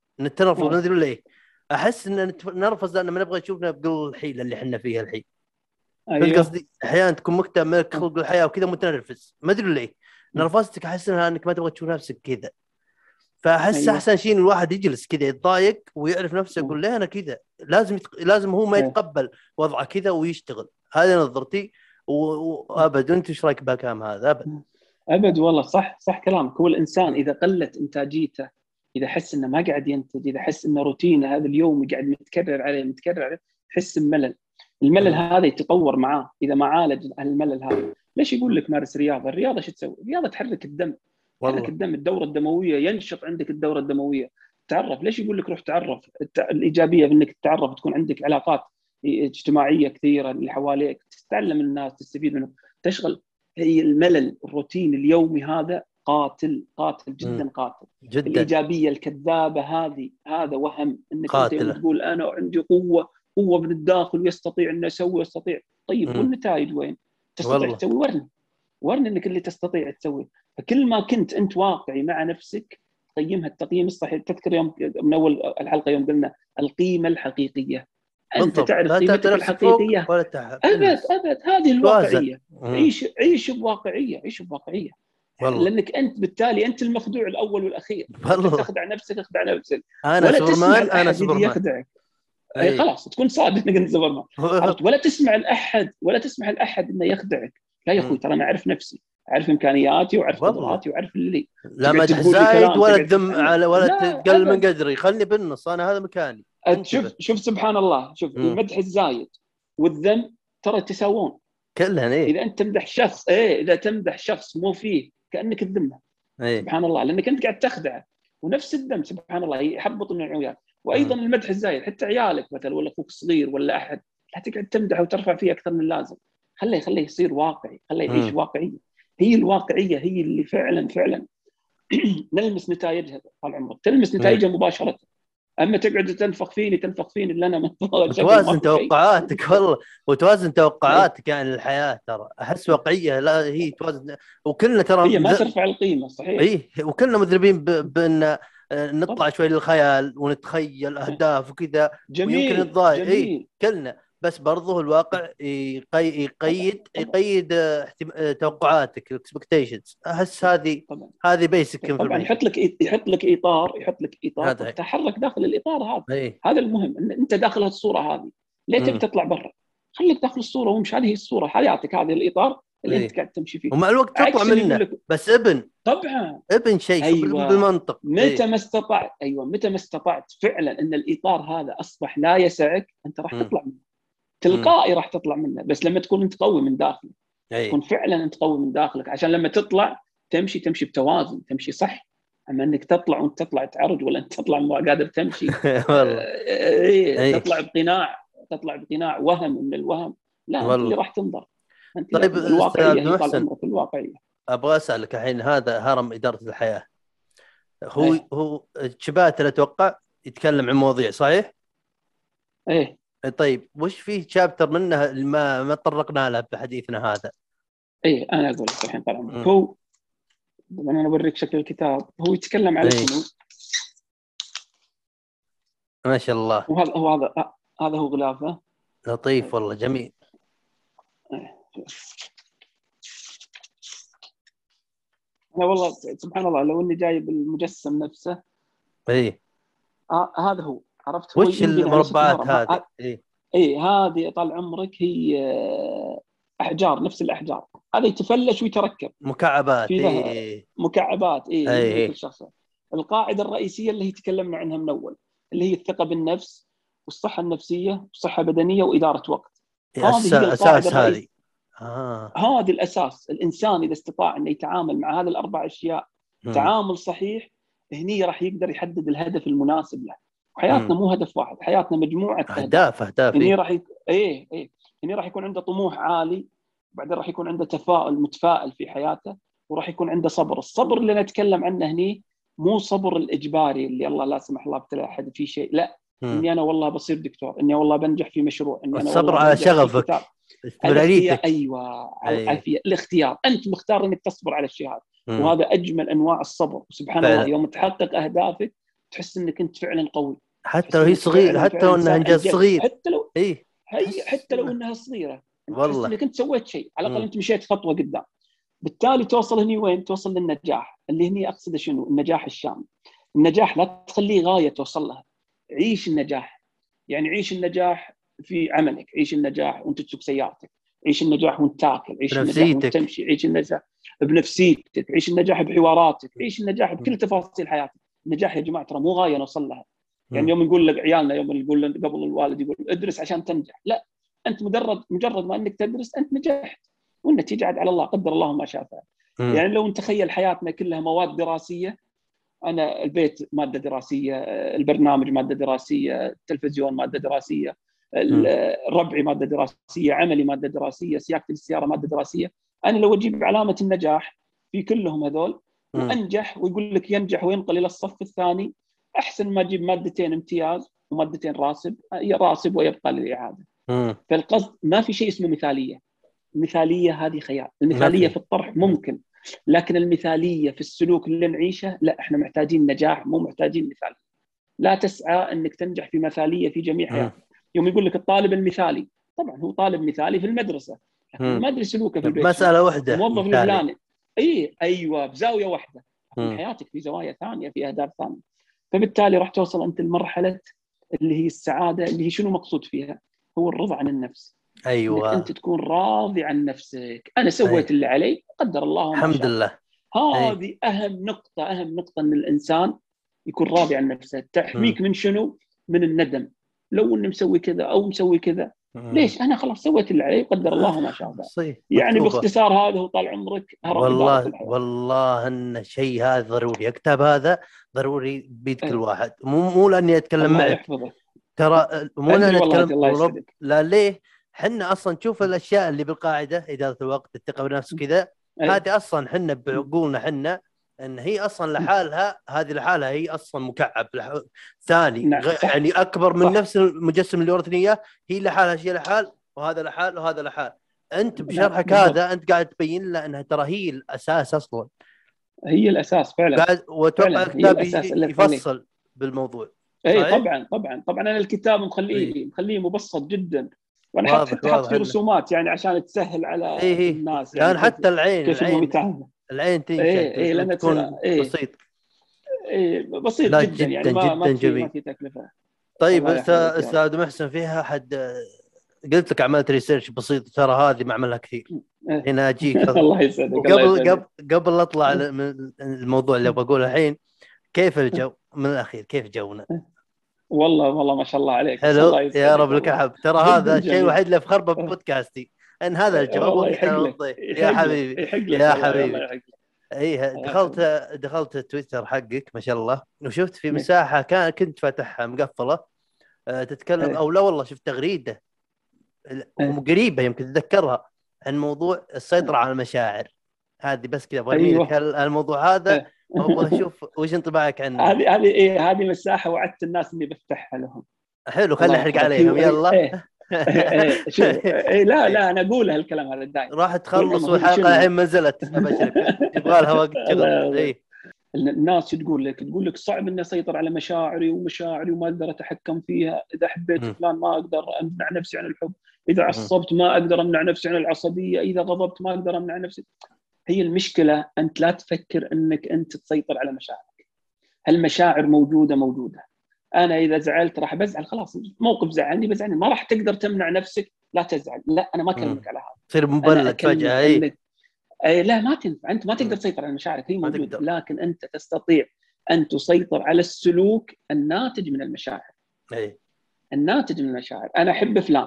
ما ادري ليه. احس ان نتنرفز لان ما نبغى نشوفنا بقل الحيله اللي احنا فيها الحين. أيوة. قصدي احيانا تكون مكتئب من خلق الحياه وكذا متنرفز، ما ادري ليه. نرفزتك احس انك ما تبغى تشوف نفسك كذا. فاحس أيوة. احسن شيء الواحد يجلس كذا يتضايق ويعرف نفسه، يقول ليه انا كذا. لازم هو ما يتقبل وضعه كذا ويشتغل. هذه نظرتي. وابد انت ايش رايك بكلام هذا؟ ابد والله صح كلامك. هو الانسان اذا قلت انتاجيته، اذا حس انه ما قاعد ينتج، اذا حس انه روتينه هذا اليوم قاعد متكرر عليه يحس بملل. الملل هذا يتطور معاه اذا ما عالج الملل هذا. ليش يقول لك مارس رياضه؟ الرياضه شو تسوي؟ الرياضه تحرك الدم، تحرك الدم، الدوره الدمويه، ينشط عندك الدوره الدمويه. تعرف. ليش يقول لك روح تعرف؟ الايجابيه بانك تتعرف، تكون عندك علاقات اجتماعيه كثيره اللي حواليك، تتعلم من الناس، تستفيد منهم، تشغل. هي الملل الروتين اليومي هذا قاتل جدا، قاتل جدا. الايجابيه الكذابه هذا وهم انك انت تقول انا عندي قوه من الداخل ويستطيع ان اسوي واستطيع. طيب والنتائج وين؟ تستطيع تسوي؟ ورني انك اللي تستطيع تسوي. فكل ما كنت انت واقعي مع نفسك قيمها التقييم الصحيح. تذكر يوم من اول الحلقه يوم قلنا القيمه الحقيقيه. انت تعرف قيمتك الحقيقيه. ابد هذه الواقعيه. عيش بواقعيه. لانك انت بالتالي انت المخدوع الاول والاخير. تخدع نفسك. انا سوبرمان. انا سوبرمان يخدعك. خلاص تكون صادق انك انت سوبرمان. ولا تسمح لاحد انه يخدعك. لا يا اخوي، ترى انا اعرف نفسي. اعرف امكانياتي واعرف والله. قدراتي واعرف اللي لي. لا تقعد مدح تقول لي زايد كلام، ولا تقعد تذم تسألني. على ولا لا تقلل من أبد. قدري، خلني بالنص، انا هذا مكاني. شوف سبحان الله، شوف المدح الزايد والذم ترى يتساوون. كلها ايه. اذا انت تمدح شخص اذا تمدح شخص مو فيه كانك تذمه. ايه. سبحان الله، لانك انت قاعد تخدعه. ونفس الذم سبحان الله يحبط من العيال. وايضا المدح الزايد حتى عيالك مثلا ولا اخوك صغير ولا احد، لا تقعد تمدحه وترفع فيه اكثر من اللازم. خليه يصير واقعي، خليه يعيش واقعيه. هي الواقعيه هي اللي فعلا نلمس نتائجها طال عمرك، تلمس نتائجها مباشره. اما تقعد تنفخ فيني اللي انا وتوازن توقعاتك والله، وتوازن توقعاتك يعني الحياه ترى احس واقعيه، لا هي توازن. وكلنا ترى هي ما ترفع القيمه صحيح. ايه، وكلنا مذنبين بان نطلع شوي للخيال ونتخيل اهداف وكذا، ويمكن نتضايق. ايه كلنا، بس برضه الواقع يقيد توقعاتك الاكسبكتيشنز. احس هذه بيسك طبعا يحط لك اطار تتحرك داخل الاطار هذا. أيه. هذا المهم، ان انت داخل الصوره هذه. ليه تبي تطلع برا؟ خليك داخل الصوره ومش هذه الصوره، حياتك هذه الاطار اللي انت قاعد تمشي فيه. ومع الوقت تطلع منه بس طبعا ابن شيء. أيوة. بالمنطق متى ما استطعت فعلا ان الاطار هذا اصبح لا يسعك، انت راح تطلع منه تلقائي، راح تطلع منه. بس لما تكون انت قوي من داخلك، تكون فعلا انت قوي من داخلك، عشان لما تطلع تمشي بتوازن، تمشي صح. اما انك تطلع وانت تطلع تعرج، ولا انت تطلع ما قادر تمشي والله تطلع بقناع وهم من الوهم. لا والله. انت اللي راح تنظر. انت طيب الواقعيه هي طال عمرك الواقعيه. ابغى اسالك الحين، هذا هرم اداره الحياه هو شباتر اتوقع يتكلم عن مواضيع صحيح؟ ايه طيب وش فيه شابتر منه اللي ما تطرقنا له بحديثنا هذا؟ ايه انا اقول لك الحين طال عمرك. هو انا اوريك شكل الكتاب. هو يتكلم على شنو؟ ما شاء الله. هذا هو غلافه لطيف والله جميل. أنا والله سبحان الله لو إني جايب المجسم نفسه. إيه. هذا هو، عرفت؟ وش المربعات هذه؟ هذه طال عمرك هي أحجار، نفس الأحجار. هذا يتفلش ويتركب مكعبات. مكعبات. كل شخص. القاعدة الرئيسية اللي هي تكلمنا عنها من أول، اللي هي الثقة بالنفس والصحة النفسية والصحة البدنية وإدارة وقت. هذه هي أساس هذه. هذا الأساس. الإنسان إذا استطاع أن يتعامل مع هذه الأربع أشياء تعامل صحيح، هني راح يقدر يحدد الهدف المناسب له. وحياتنا مو هدف واحد، حياتنا مجموعة أهداف. هني راح هني راح يكون عنده طموح عالي، وبعدين راح يكون عنده تفاؤل متفائل في حياته، وراح يكون عنده صبر. الصبر اللي نتكلم عنه هني مو صبر الإجباري اللي الله لا سمح الله ابتلى أحد في شيء، لا. إني أنا والله بصير دكتور، إني والله بنجح في مشروع، إني أنا الصبر على شغفك، استمراريتك. أيوة. العافية، الاختيار. أنت مختار إنك تصبر على الشيء هذا. وهذا أجمل أنواع الصبر. سبحان الله يوم تحقق أهدافك تحس إنك أنت فعلا قوي، حتى لو هي صغيرة، حتى لو إنها إنجاز صغير، حتى لو إنها صغيرة، والله تحس إنك أنت سويت شيء، على الأقل أنت مشيت خطوة قدام. بالتالي توصل هني وين؟ توصل للنجاح. اللي هني أقصد شنو؟ النجاح الشامل. النجاح لا تخليه غاية توصل لها، عيش النجاح. يعني عيش النجاح في عملك، عيش النجاح وانت تسوق سيارتك، عيش النجاح وانت تاكل، عيش النجاح وانت تمشي، عيش النجاح بنفسيتك، عيش النجاح بحواراتك، عيش النجاح بكل تفاصيل حياتك. النجاح يا جماعه ترى مو غايه نوصل لها. يعني يوم نقول لك عيالنا، يوم نقول قبل الوالد يقول ادرس عشان تنجح، لا، انت مجرد ما انك تدرس انت نجحت، والنتيجه عاد على الله، قدر الله ما شاء فعل. يعني لو نتخيل حياتنا كلها مواد دراسيه، أنا البيت مادة دراسية، البرنامج مادة دراسية، التلفزيون مادة دراسية، ربعي مادة دراسية، عملي مادة دراسية، سياقة السيارة مادة دراسية. أنا لو أجيب علامة النجاح في كلهم هذول وأنجح، ويقول لك ينجح وينقل إلى الصف الثاني، أحسن ما أجيب مادتين امتياز ومادتين راسب ويبقى للإعادة. فالقصد ما في شيء اسمه مثالية. المثالية هذه خيال. المثالية في الطرح ممكن، لكن المثالية في السلوك اللي نعيشه لا. احنا محتاجين نجاح، مو محتاجين مثالية. لا تسعى انك تنجح في مثالية في جميع حياتك. يوم يقول لك الطالب المثالي، طبعا هو طالب مثالي في المدرسة، لكن ما ادري سلوكه في البيت. مسألة واحدة، موظف الفلاني ايوه بزاوية واحدة. من حياتك في زوايا ثانية، في اهداف ثانية. فبالتالي راح توصل انت لمرحلة اللي هي السعادة، اللي هي شنو مقصود فيها؟ هو الرضا عن النفس. انك ايوه انت تكون راضي عن نفسك. انا سويت اللي علي، قدر الله وما الحمد شاء. لله. هذه اهم نقطه ان الانسان يكون راضي عن نفسه. تحميك من شنو؟ من الندم. لو اني مسوي كذا او مسوي كذا، ليش؟ انا خلاص سويت اللي علي، قدر الله وما شاء فعل. صحيح يعني مكتوبة. باختصار هذا هو طال عمرك هرم إدارة والله الحياة. والله ان شيء هذا ضروري، الكتاب هذا ضروري بيد كل إيه. واحد، مو لاني اتكلم الله معك، يحفظك. ترى مو ادري لاني والله، اتكلم الله يسعدك. لا ليه، حنا اصلا تشوف الاشياء اللي بالقاعده، اداره الوقت، الثقه بالنفس كذا، إيه. هذه اصلا حنا بعقولنا حنا ان هي اصلا لحالها، هذه لحالها هي اصلا مكعب ثاني نعم صح. يعني اكبر من صح. نفس المجسم اللي ورثني اياه، هي لحالها شيء لحال، وهذا لحال وهذا لحال. انت نعم بشرحك بالضبط. هذا انت قاعد تبين لنا انها ترى هي الاساس اصلا، هي الاساس فعلا. قاعد واتوقع فعلا هي الكتاب الاساس اللي تخليه. يفصل بالموضوع. اي صحيح؟ طبعا انا الكتاب إيه. مخليه مبسط جدا. وانا واضح حتى حط واضح فيه إنه رسومات يعني عشان تسهل على ايه ايه، الناس، يعني لان حتى كيف انهم يتعاملوا. العين تنشد اي لان تصير وتكون بسيط. بسيط لا جدا، يعني جدا ما جدا في جميل. تكلفه. طيب الله يحفظك يا رب. استاذ محسن، فيها حد قلت لك عملت ريسيرش بسيط، ترى هذه ما اعملها كثير. إيه. هنا اجيك الله يسعدك. الله وقبل يسعدك. قبل اطلع من الموضوع اللي بقوله الحين، كيف الجو من الاخير؟ كيف جونا؟ والله ما شاء الله عليك، بس حلو الله يسعدك. يا رب لك والله حب. ترى جدا هذا الشيء جميل. الوحيد اللي افخر به بودكاستي، ان هذا الجو والله وانت يحق لك، الضيف. يا يحق لك، حبيبي يحق لك يا والله. الله حبيبي. يحق لك. ايه الله دخلت تويتر حقك ما شاء الله، وشفت في إيه. مساحه كنت فاتحها مقفله، تتكلم إيه. او لا والله شفت تغريده وقريبه يمكن تتذكرها، عن موضوع السيطره على المشاعر. هذه بس كذا برمي لك ايوه. الموضوع هذا، إيه. وابغى اشوف وش انطباعك عنه. هذه مساحه وعدت الناس اني بفتحها لهم. حلو، الله خلينا نحرق يحفظك. عليهم يلا. شوف شوف، لا انا اقول هالكلام هذا دائما. راح تخلص هو والحلقه شنو؟ الحين ما نزلت، ابشرك يبغى لها وقت شغل. اي الناس تقول لك صعب اني اسيطر على مشاعري وما اقدر اتحكم فيها. اذا حبيت فلان ما اقدر امنع نفسي عن الحب، اذا عصبت ما اقدر امنع نفسي عن العصبيه، اذا غضبت ما اقدر امنع نفسي. هي المشكله، انت لا تفكر انك انت تسيطر على مشاعرك. هالمشاعر موجوده. انا اذا زعلت راح بزعل، خلاص موقف زعلني بزعلني، ما راح تقدر تمنع نفسك لا تزعل. لا انا ما اكلمك على هذا، تصير انا مبلد فجاه. اكلمك أي لا، ما تنفع. انت ما تقدر تسيطر على مشاعرك، هي موجوده، لكن انت تستطيع ان تسيطر على السلوك الناتج من المشاعر. اي الناتج من المشاعر. انا احب فلان،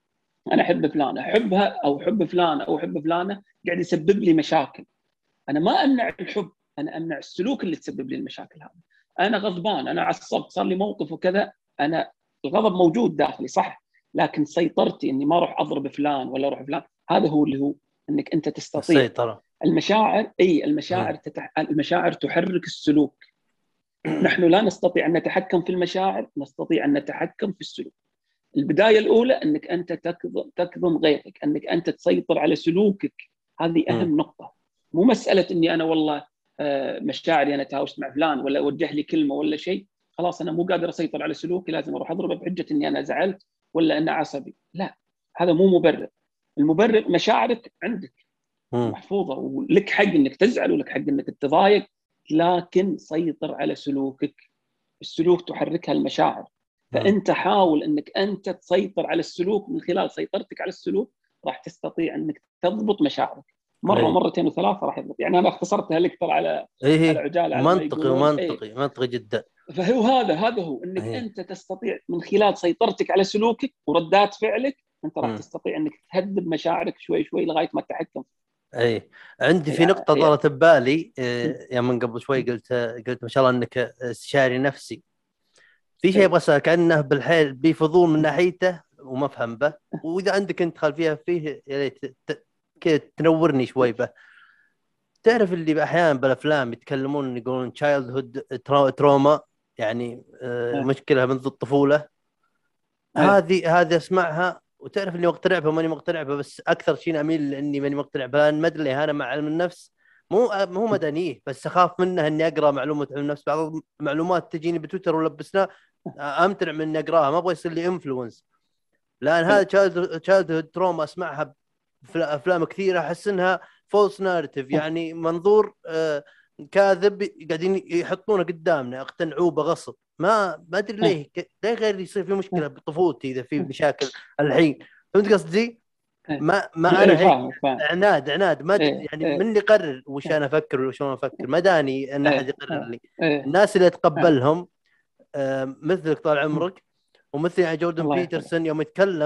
احبها او احب فلان او احب فلانه، قاعد يسبب لي مشاكل. انا ما امنع الحب، انا امنع السلوك اللي تسبب لي المشاكل هذه. انا غضبان، انا عصبت، صار لي موقف وكذا، انا الغضب موجود داخلي صح، لكن سيطرتي اني ما اروح اضرب فلان ولا اروح فلان. هذا هو اللي هو انك انت تستطيع السيطره. المشاعر. المشاعر تحرك السلوك. نحن لا نستطيع ان نتحكم في المشاعر، نستطيع ان نتحكم في السلوك. البدايه الاولى انك انت تكظم غيظك، انك انت تسيطر على سلوكك. هذه اهم نقطه. مو مساله اني انا والله مشاعري انا تهاوشت مع فلان ولا وجه لي كلمه ولا شيء، خلاص انا مو قادر اسيطر على سلوكي، لازم اروح اضربه بحجه اني انا زعلت ولا انا عصبي. لا، هذا مو مبرر. المبرر مشاعرك عندك محفوظه، ولك حق انك تزعل ولك حق انك تتضايق، لكن سيطر على سلوكك. السلوك تحركها المشاعر. فانت حاول انك انت تسيطر على السلوك. من خلال سيطرتك على السلوك راح تستطيع انك تضبط مشاعرك. مره ومرتين وثلاثه راح يضبط. يعني انا اختصرتها لك ترى على عجاله، على منطقي جدا. فهو هذا هو انك انت تستطيع من خلال سيطرتك على سلوكك وردات فعلك، انت راح تستطيع انك تهذب مشاعرك شوي شوي لغايه ما تتحكم. اي عندي في نقطه ضرت ببالي يا من قبل شوي قلت ما شاء الله انك استشاري نفسي. في شيء ابغى اسالك عنه بالحيل بفضول من ناحيته وما افهم به، واذا عندك انت خلفيه فيه يا ريت كذا تنورني شوي به. تعرف اللي احيانا بالافلام يتكلمون يقولون تشايلد هود تروما، يعني مشكله منذ الطفوله. هذه اسمعها وتعرف اني مقتنع بها وماني مقتنع بها، بس اكثر شيء اميل لاني ماني مقتنع بها. ما ادري انا مع علم النفس مو مدني، بس اخاف منه اني اقرا معلومه علم النفس. بعض المعلومات تجيني بتويتر ولبسنا امتنع من اني اقراها، ما ابغى يصير لي انفلونس. لان هذا تشايلد تروما اسمعها في افلام كثيره، احس انها فولس ناريتيف، يعني منظور كاذب قاعدين يحطونه قدامنا اقتنعوه بغصب. ما ادري ليه غير يصير في مشكله بطفولتي اذا في مشاكل الحين. فهمت قصدي؟ ما انا هيك فاهم. عناد ما يعني من اللي يقرر وش انا افكر وشلون افكر، ما داني ان احد يقرر لي. الناس اللي اتقبلهم مثلك طال عمرك، ومثل يعني جوردن بيترسون يوم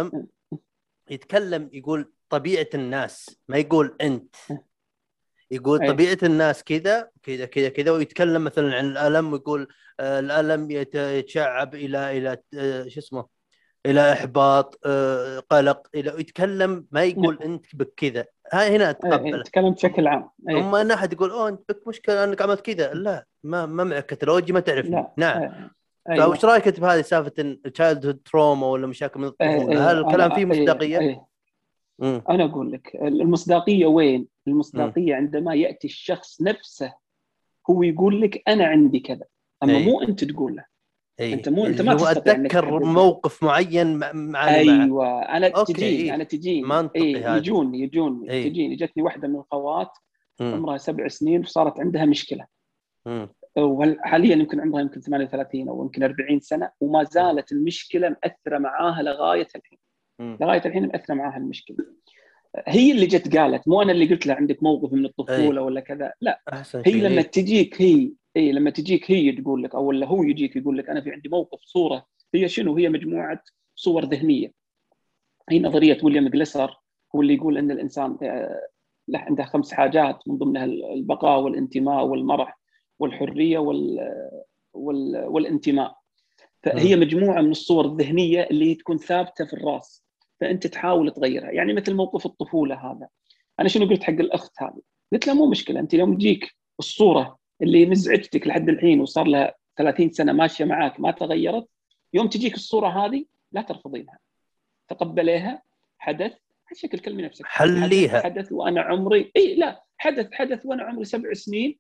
يتكلم يقول طبيعة الناس، ما يقول انت، يقول طبيعة الناس كذا كذا كذا كذا، ويتكلم مثلا عن الألم ويقول الألم يتشعب إلى شو اسمه، إلى إحباط، قلق، إلى يتكلم، ما يقول أنت بكذا. هاي هنا أتقبله. تكلم بشكل عام. أما أن أحد يقول أنت بك مشكلة أنك عملت كذا، لا ما معك كتالوجي، ما تعرفني. نعم. فوش رأيك بهذه سالفة التشايلد تروما ولا مشاكل من الطفولة؟ هل الكلام فيه مصداقية؟ أنا أقول لك المصداقية وين؟ المصداقية عندما يأتي الشخص نفسه هو يقول لك أنا عندي كذا، أما مو أنت تقول له. أنت ما تستطيع إنك أتذكر موقف معين أيوة أنا تجيني منطقي هذا. تجيني جتني واحدة من الخوات عمرها 7 سنين وصارت عندها مشكلة، وحاليا يمكن عمرها 38 أو يمكن 40 سنة، وما زالت المشكلة مأثرة معاها لغاية الحين. لغاية الحين مأثرة معاها المشكلة. هي اللي جت قالت، مو أنا اللي قلت لها عندك موقف من الطفولة ولا كذا، لا. هي لما تجيك لما تجيك هي تقول لك، أو ولا هو يجيك يقول لك أنا في عندي موقف، صورة. هي شنو؟ هي مجموعة صور ذهنية. هي نظرية ويليام جليسر، هو اللي يقول أن الإنسان له عنده 5 حاجات، من ضمنها البقاء والانتماء والمرح والحرية والانتماء. فهي مجموعة من الصور الذهنية اللي تكون ثابتة في الرأس، فأنت تحاول تغيرها. يعني مثل موقف الطفولة هذا، أنا شنو قلت حق الأخت هذه؟ قلت لها مو مشكلة، أنت يوم تجيك الصورة اللي مزعجتك لحد الحين وصار لها 30 سنة ماشية معاك ما تغيرت، يوم تجيك الصورة هذه لا ترفضينها، تقبليها. حدث شكل كلمة نفسك، حليها. حدث وأنا عمري لا حدث وأنا عمري 7 سنين،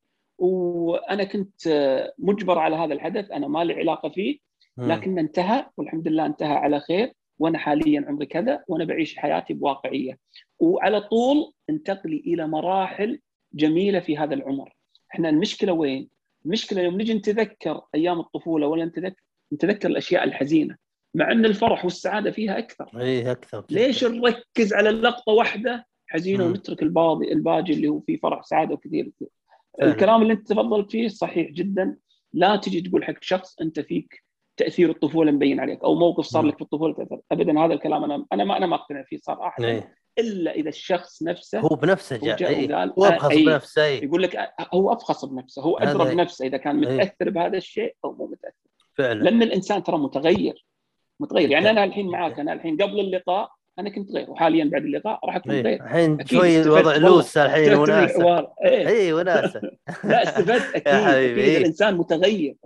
وأنا كنت مجبر على هذا الحدث، أنا ما لي علاقة فيه، لكن انتهى والحمد لله انتهى على خير، وأنا حاليا عمري كذا، وأنا بعيش حياتي بواقعية. وعلى طول انتقلي إلى مراحل جميلة في هذا العمر. إحنا المشكلة وين؟ المشكلة يوم نجي نتذكر أيام الطفولة ولا نتذكر الأشياء الحزينة، مع أن الفرح والسعادة فيها أكثر. أكثر. ليش نركز على اللقطة واحدة حزينة ونترك الباقي اللي هو فيه فرح وسعادة وكثير. الكلام اللي أنت تفضلت فيه صحيح جدا. لا تجي تقول حق شخص أنت فيك تأثير الطفولة مبين عليك، أو موقف صار لك في الطفولة تأثر. أبدا، هذا الكلام أنا ما أقتنع فيه صراحة. إلا إذا الشخص نفسه هو بنفسه جاء وقال هو أبخص بنفسه، يقول لك هو أبخص بنفسه، هو أدرى بنفسه إذا كان متأثر بهذا الشيء أو مو متأثر فعلا. لأن الإنسان ترى متغير. يعني أنا الحين معاك، أنا الحين قبل اللقاء أنا كنت غير، وحاليا بعد اللقاء راح أكون غير. الحين شوي الوضع لوس الحين وناسة. وناسة. لا استفدت أكيد. الإنسان متغير،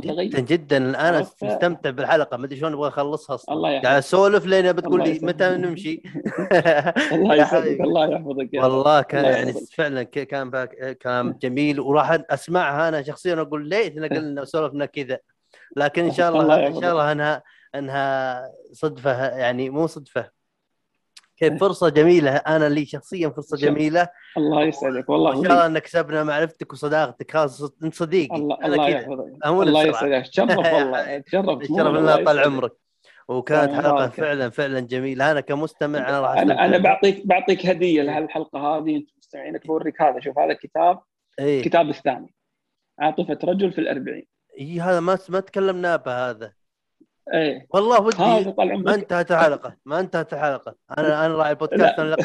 جدا. أنا مستمتع بالحلقة، ما أدري شلون أبغى أخلصها أصلا. قاعد أسولف لين بتقول لي متى نمشي. الله يسعدك. الله يحفظك. والله كان يعني فعلا كان كلام جميل، وراح أسمعها أنا شخصيا أقول ليت قلنا سولفنا كذا، لكن إن شاء الله أنها صدفة، يعني مو صدفة، كيف فرصة جميلة. أنا لي شخصيا فرصة جميلة. الله يسعدك والله. وإن شاء الله أنك كسبنا معرفتك وصداقتك، خلاص أنت صديقي. الله يحفظك. الله يسعدك. تشرف والله. تشرف لنا طال عمرك. وكانت حلقة فعلا جميلة. أنا كمستمع أنا راح أنا بعطيك هدية لهالحلقة هذه، أنت مستمعينك بوريك هذا. شوف هذا كتاب، الكتاب الثاني، عاطفة رجل في 40. هذا ما تكلمنا به هذا. والله ودي ما انتهت الحلقة. انا راعي البودكاست. انا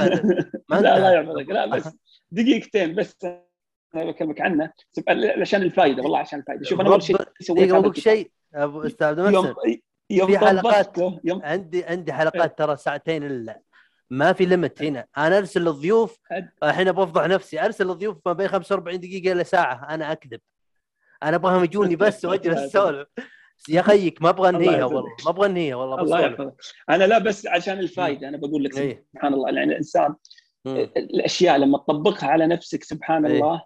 لا يعملك. لا بس دقيقتين بس انا بكلمك عنه عشان الفائده. والله عشان الفائده. شوف انا اول شيء سويت هذا شيء ابو استاذ محسن. في حلقات عندي حلقات ترى ساعتين الا ما في ليمت. هنا انا ارسل للضيوف، الحين بفضح نفسي، ارسل للضيوف ما بين 45 دقيقه الى ساعه. انا اكذب، انا ابغاهم يجوني بس واجلس اسولف. يا خيك ما ابغى انهيها والله، ما ابغى انهيها والله. الله يحفظك. انا لا بس عشان الفائده انا بقول لك سبحان الله. يعني الانسان الاشياء لما تطبقها على نفسك سبحان الله،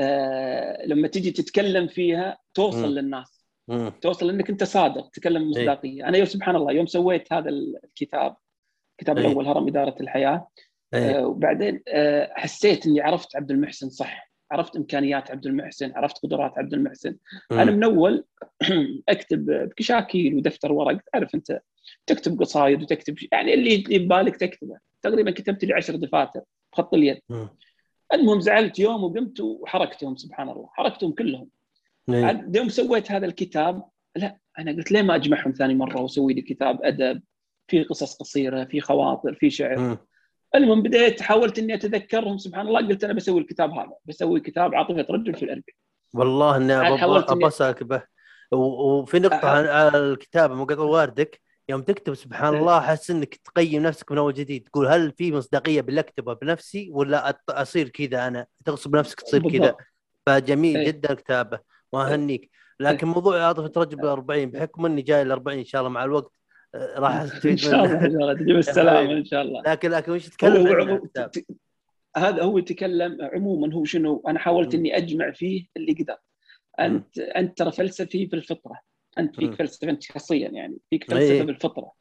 لما تيجي تتكلم فيها توصل للناس، توصل انك انت صادق، تتكلم مصداقيه. انا سبحان الله يوم سويت هذا الكتاب الاول هرم اداره الحياه، وبعدين حسيت اني عرفت عبد المحسن صح، عرفت إمكانيات عبد المحسن، عرفت قدرات عبد المحسن. أنا من أول أكتب بكشاكيل ودفتر ورق، تعرف أنت تكتب قصايد وتكتب يعني اللي ببالك تكتبه. تقريبا كتبت لي 10 دفاتر بخط اليد. المهم زعلت يوم وقمت وحركتهم، سبحان الله حركتهم كلهم. عاد يوم سويت هذا الكتاب، لا أنا قلت ليه ما أجمعهم ثاني مرة وأسوي لي كتاب أدب في قصص قصيرة، في خواطر، في شعر. المهم بديت حاولت إني أتذكرهم، سبحان الله قلت أنا بسوي الكتاب هذا، بسوي كتاب عاطفة رجل في الأربعين. والله إني أبصك به. وفي نقطة على الكتاب مقطع واردك يوم تكتب سبحان الله أحس إنك تقيم نفسك من أول جديد، تقول هل في مصداقية باللي أكتبه بنفسي ولا أصير كذا، أنا تغصب نفسك تصير كذا. فجميل جدا كتابه وأهنيك. لكن موضوع عاطفة رجل بالأربعين بحكم إني جاي الأربعين إن شاء الله مع الوقت راح إن شاء الله إن شاء الله تجيب السلامة إن شاء الله. لكن وش تتكلم عنه الكتاب؟ هذا هو يتكلم عموما، هو شنو أنا حاولت إني أجمع فيه اللي قدر. أنت ترى فلسفي بالفطرة، أنت فيك فلسفة، أنت شخصيا يعني فيك فلسفة بالفطرة.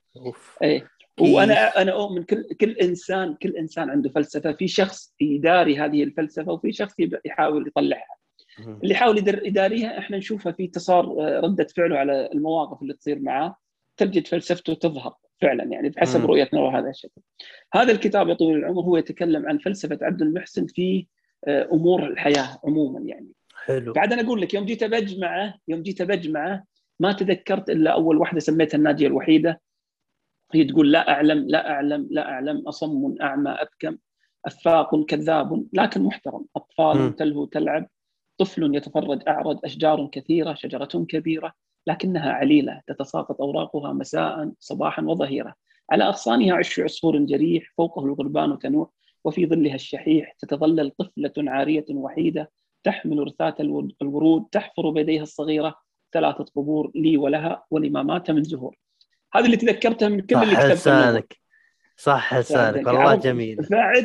وأنا أؤمن كل إنسان عنده فلسفة. في شخص يداري هذه الفلسفة وفي شخص يحاول يطلعها. اللي يحاول يداريها احنا نشوفها في تصار ردة فعله على المواقف اللي تصير معاه، تجد فلسفته تظهر فعلا يعني بحسب رؤيتنا وهذا الشكل. هذا الكتاب يا طويل العمر هو يتكلم عن فلسفة عبد المحسن في أمور الحياة عموما يعني. حلو. بعد أنا أقول لك يوم جيت بجمعه ما تذكرت إلا أول واحدة سميتها الناجية الوحيدة. هي تقول لا أعلم أصم أعمى أبكم أفاق كذاب لكن محترم، أطفال تلهو تلعب، طفل يتفرج أعرج، أشجار كثيرة، شجرة كبيرة لكنها عليلة تتساقط أوراقها مساء صباحا وظهيرة، على أغصانها عش عصفور جريح، فوقه الغربان تنوح، وفي ظلها الشحيح تتظلل طفلة عارية وحيدة تحمل رثاة الورود، تحفر بيديها الصغيرة 3 قبور لي ولها ولما مات من زهور. هذا اللي تذكرتها من كل اللي كتبته. صح لسانك والله جميل.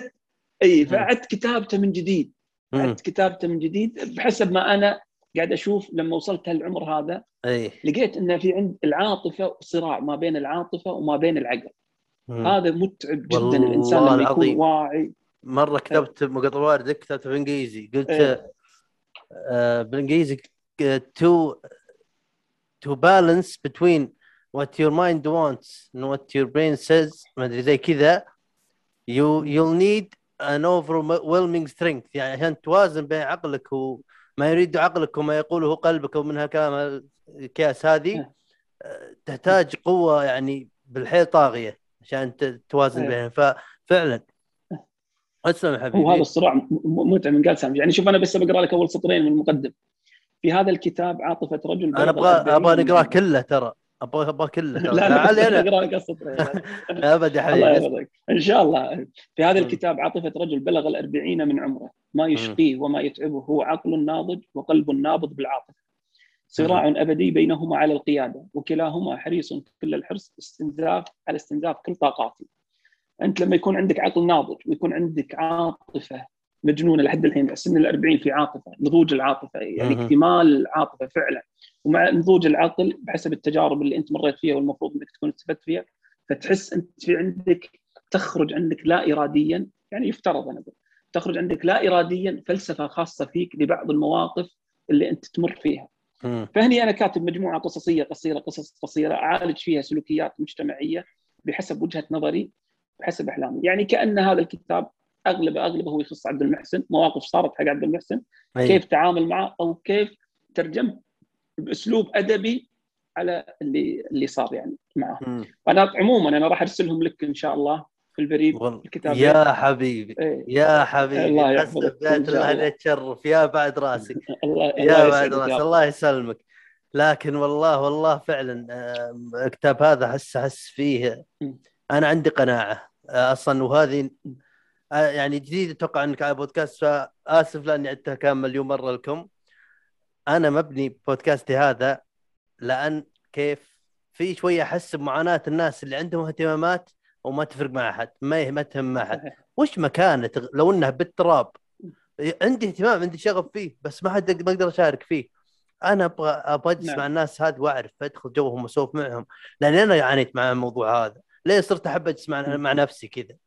فعدت كتابته من جديد. كتابته من جديد بحسب ما أنا قاعد أشوف. لما وصلت هالعمر هذا لقيت أن في عند العاطفة صراع ما بين العاطفة وما بين العقل. هذا متعب جدا الإنسان لما يكون واعي. مرة كتبت مقطع واردك كتبت بالإنجليزي قلت بالإنجليزي to balance between what your mind wants and what your brain says ما أدري زي كذا. you'll need an overwhelming strength يعني عشان توازن بين عقلك وما يريد عقلك وما يقوله قلبك ومنها كلام الكاس هذه تحتاج قوة يعني بالحيل طاغية عشان توازن بينها. ففعلا أسلم حبيبي. وهذا الصراع متعب من قال سامي يعني. شوف أنا بس بقرأ لك أول سطرين من المقدم في هذا الكتاب عاطفة رجل. أنا أبغى نقرأ كله ترى أبغى كله ترى. لا أنا أقرأ لك السطرين أبدا حبيبي إن شاء الله. في هذا الكتاب عاطفة رجل بلغ 40 من عمره، ما يشقيه وما يتعبه هو عقل ناضج وقلب نابض بالعاطفة، صراع أبدي بينهما على القيادة، وكلاهما حريص كل الحرص على استنزاف كل طاقاتي. أنت لما يكون عندك عقل ناضج ويكون عندك عاطفة مجنونة لحد الحين سن 40 في عاطفة، نضوج العاطفة يعني اكتمال العاطفة فعلا، ومع نضوج العقل بحسب التجارب اللي أنت مريت فيها والمفروض أنك تكون استفدت فيها، فتحس أنت في عندك تخرج عندك لا إراديا يعني يفترض أنا تخرج عندك لا إراديا فلسفة خاصة فيك لبعض المواقف اللي أنت تمر فيها. فهني أنا كاتب مجموعة قصصية قصيرة، قصص قصيرة أعالج فيها سلوكيات مجتمعية بحسب وجهة نظري بحسب أحلامي. يعني كأن هذا الكتاب أغلبه هو يخص عبد المحسن، مواقف صارت حق عبد المحسن كيف تعامل معه أو كيف ترجم بأسلوب أدبي على اللي صار يعني معه. وأنا عموما أنا راح أرسلهم لك إن شاء الله في البريد الكتاب. يا حبيبي يا حبيبي الله يحفظك الله يتشرف يا بعد راسي يا بعد راسي الله يسلمك. لكن والله فعلا الكتاب هذا أحس فيه أنا عندي قناعة أصلا، وهذه يعني جديد أتوقع أنك على بودكاست، فآسف لأني عدتها كام مليون مرة لكم. أنا مبني بودكاستي هذا لأن كيف في شوية أحس بمعاناة الناس اللي عندهم اهتمامات وما تفرق مع أحد، ما تهم مع أحد وش مكانه لو إنه بالتراب. عندي اهتمام عندي شغف فيه بس ما أقدر أشارك فيه. أنا أبغى أجلس مع الناس هذه وأعرف أدخل جوهم وأسولف معهم، لأن أنا عانيت مع الموضوع هذا. ليه صرت أحب أجلس مع نفسي كذا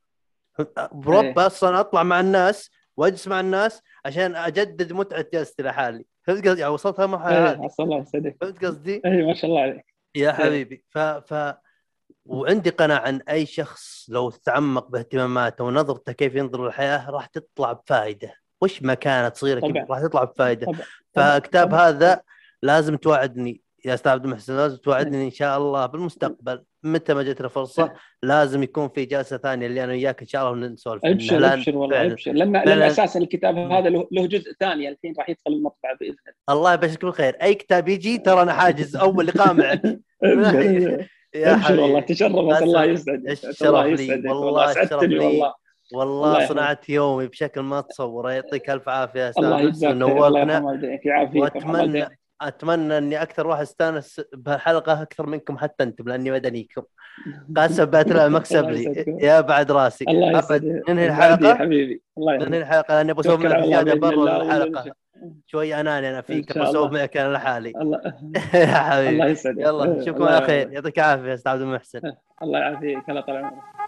برب أصلا أطلع مع الناس وأجلس مع الناس عشان أجدد متعة جلستي لحالي. فهمت قصدي؟ يعني وصلت مرحلة هذه. الله يسعدك. فهمت قصدي؟ ما شاء الله عليك يا حبيبي. وعندي قناعة أن أي شخص لو تعمق باهتماماته ونظرته كيف ينظر للحياة راح تطلع بفائدة، وش ما كانت صغيرة كيف طبعا. راح تطلع بفائدة. طبعا. فكتاب طبعا. هذا لازم توعدني يا أستاذ عبد المحسن، لازم توعدني إن شاء الله بالمستقبل متى ما جتنا فرصة لازم يكون في جلسة ثانية اللي أنا وياك إن شاء الله نسولف. ابشر والله فعلا. ابشر، لأن أساسا الكتاب هذا له جزء ثاني الحين راح يدخل المطبعة بإذن الله يبشرك بالخير. أي كتاب يجي ترى أنا حاجز أول لقاء معك. يا ابشر والله تشرفت. الله يسعدك. الشرف لي والله، الشرف لي والله. الله صنعت يومي بشكل ما تصور. يعطيك الف عافيه يا استاذ. الله يجزاك خير. الله يرحم والديك يعافيك. اتمنى اني اكثر واحد استانس بهالحلقه اكثر منكم حتى انتم، لاني مدنيكم قاسم باتلا مكسب لي يا بعد راسي. ننهي الحلقه حبيبي. ننهي الحلقه لاني ابغى اسوي معك زياده برا الحلقه. شوي اناني انا فيك، ابغى اسوي معك انا لحالي. يا حبيبي الله يسعدك. يلا نشوفكم على خير. يعطيك العافيه يا استاذ عبد المحسن. الله يعافيك. الله طال عمرك.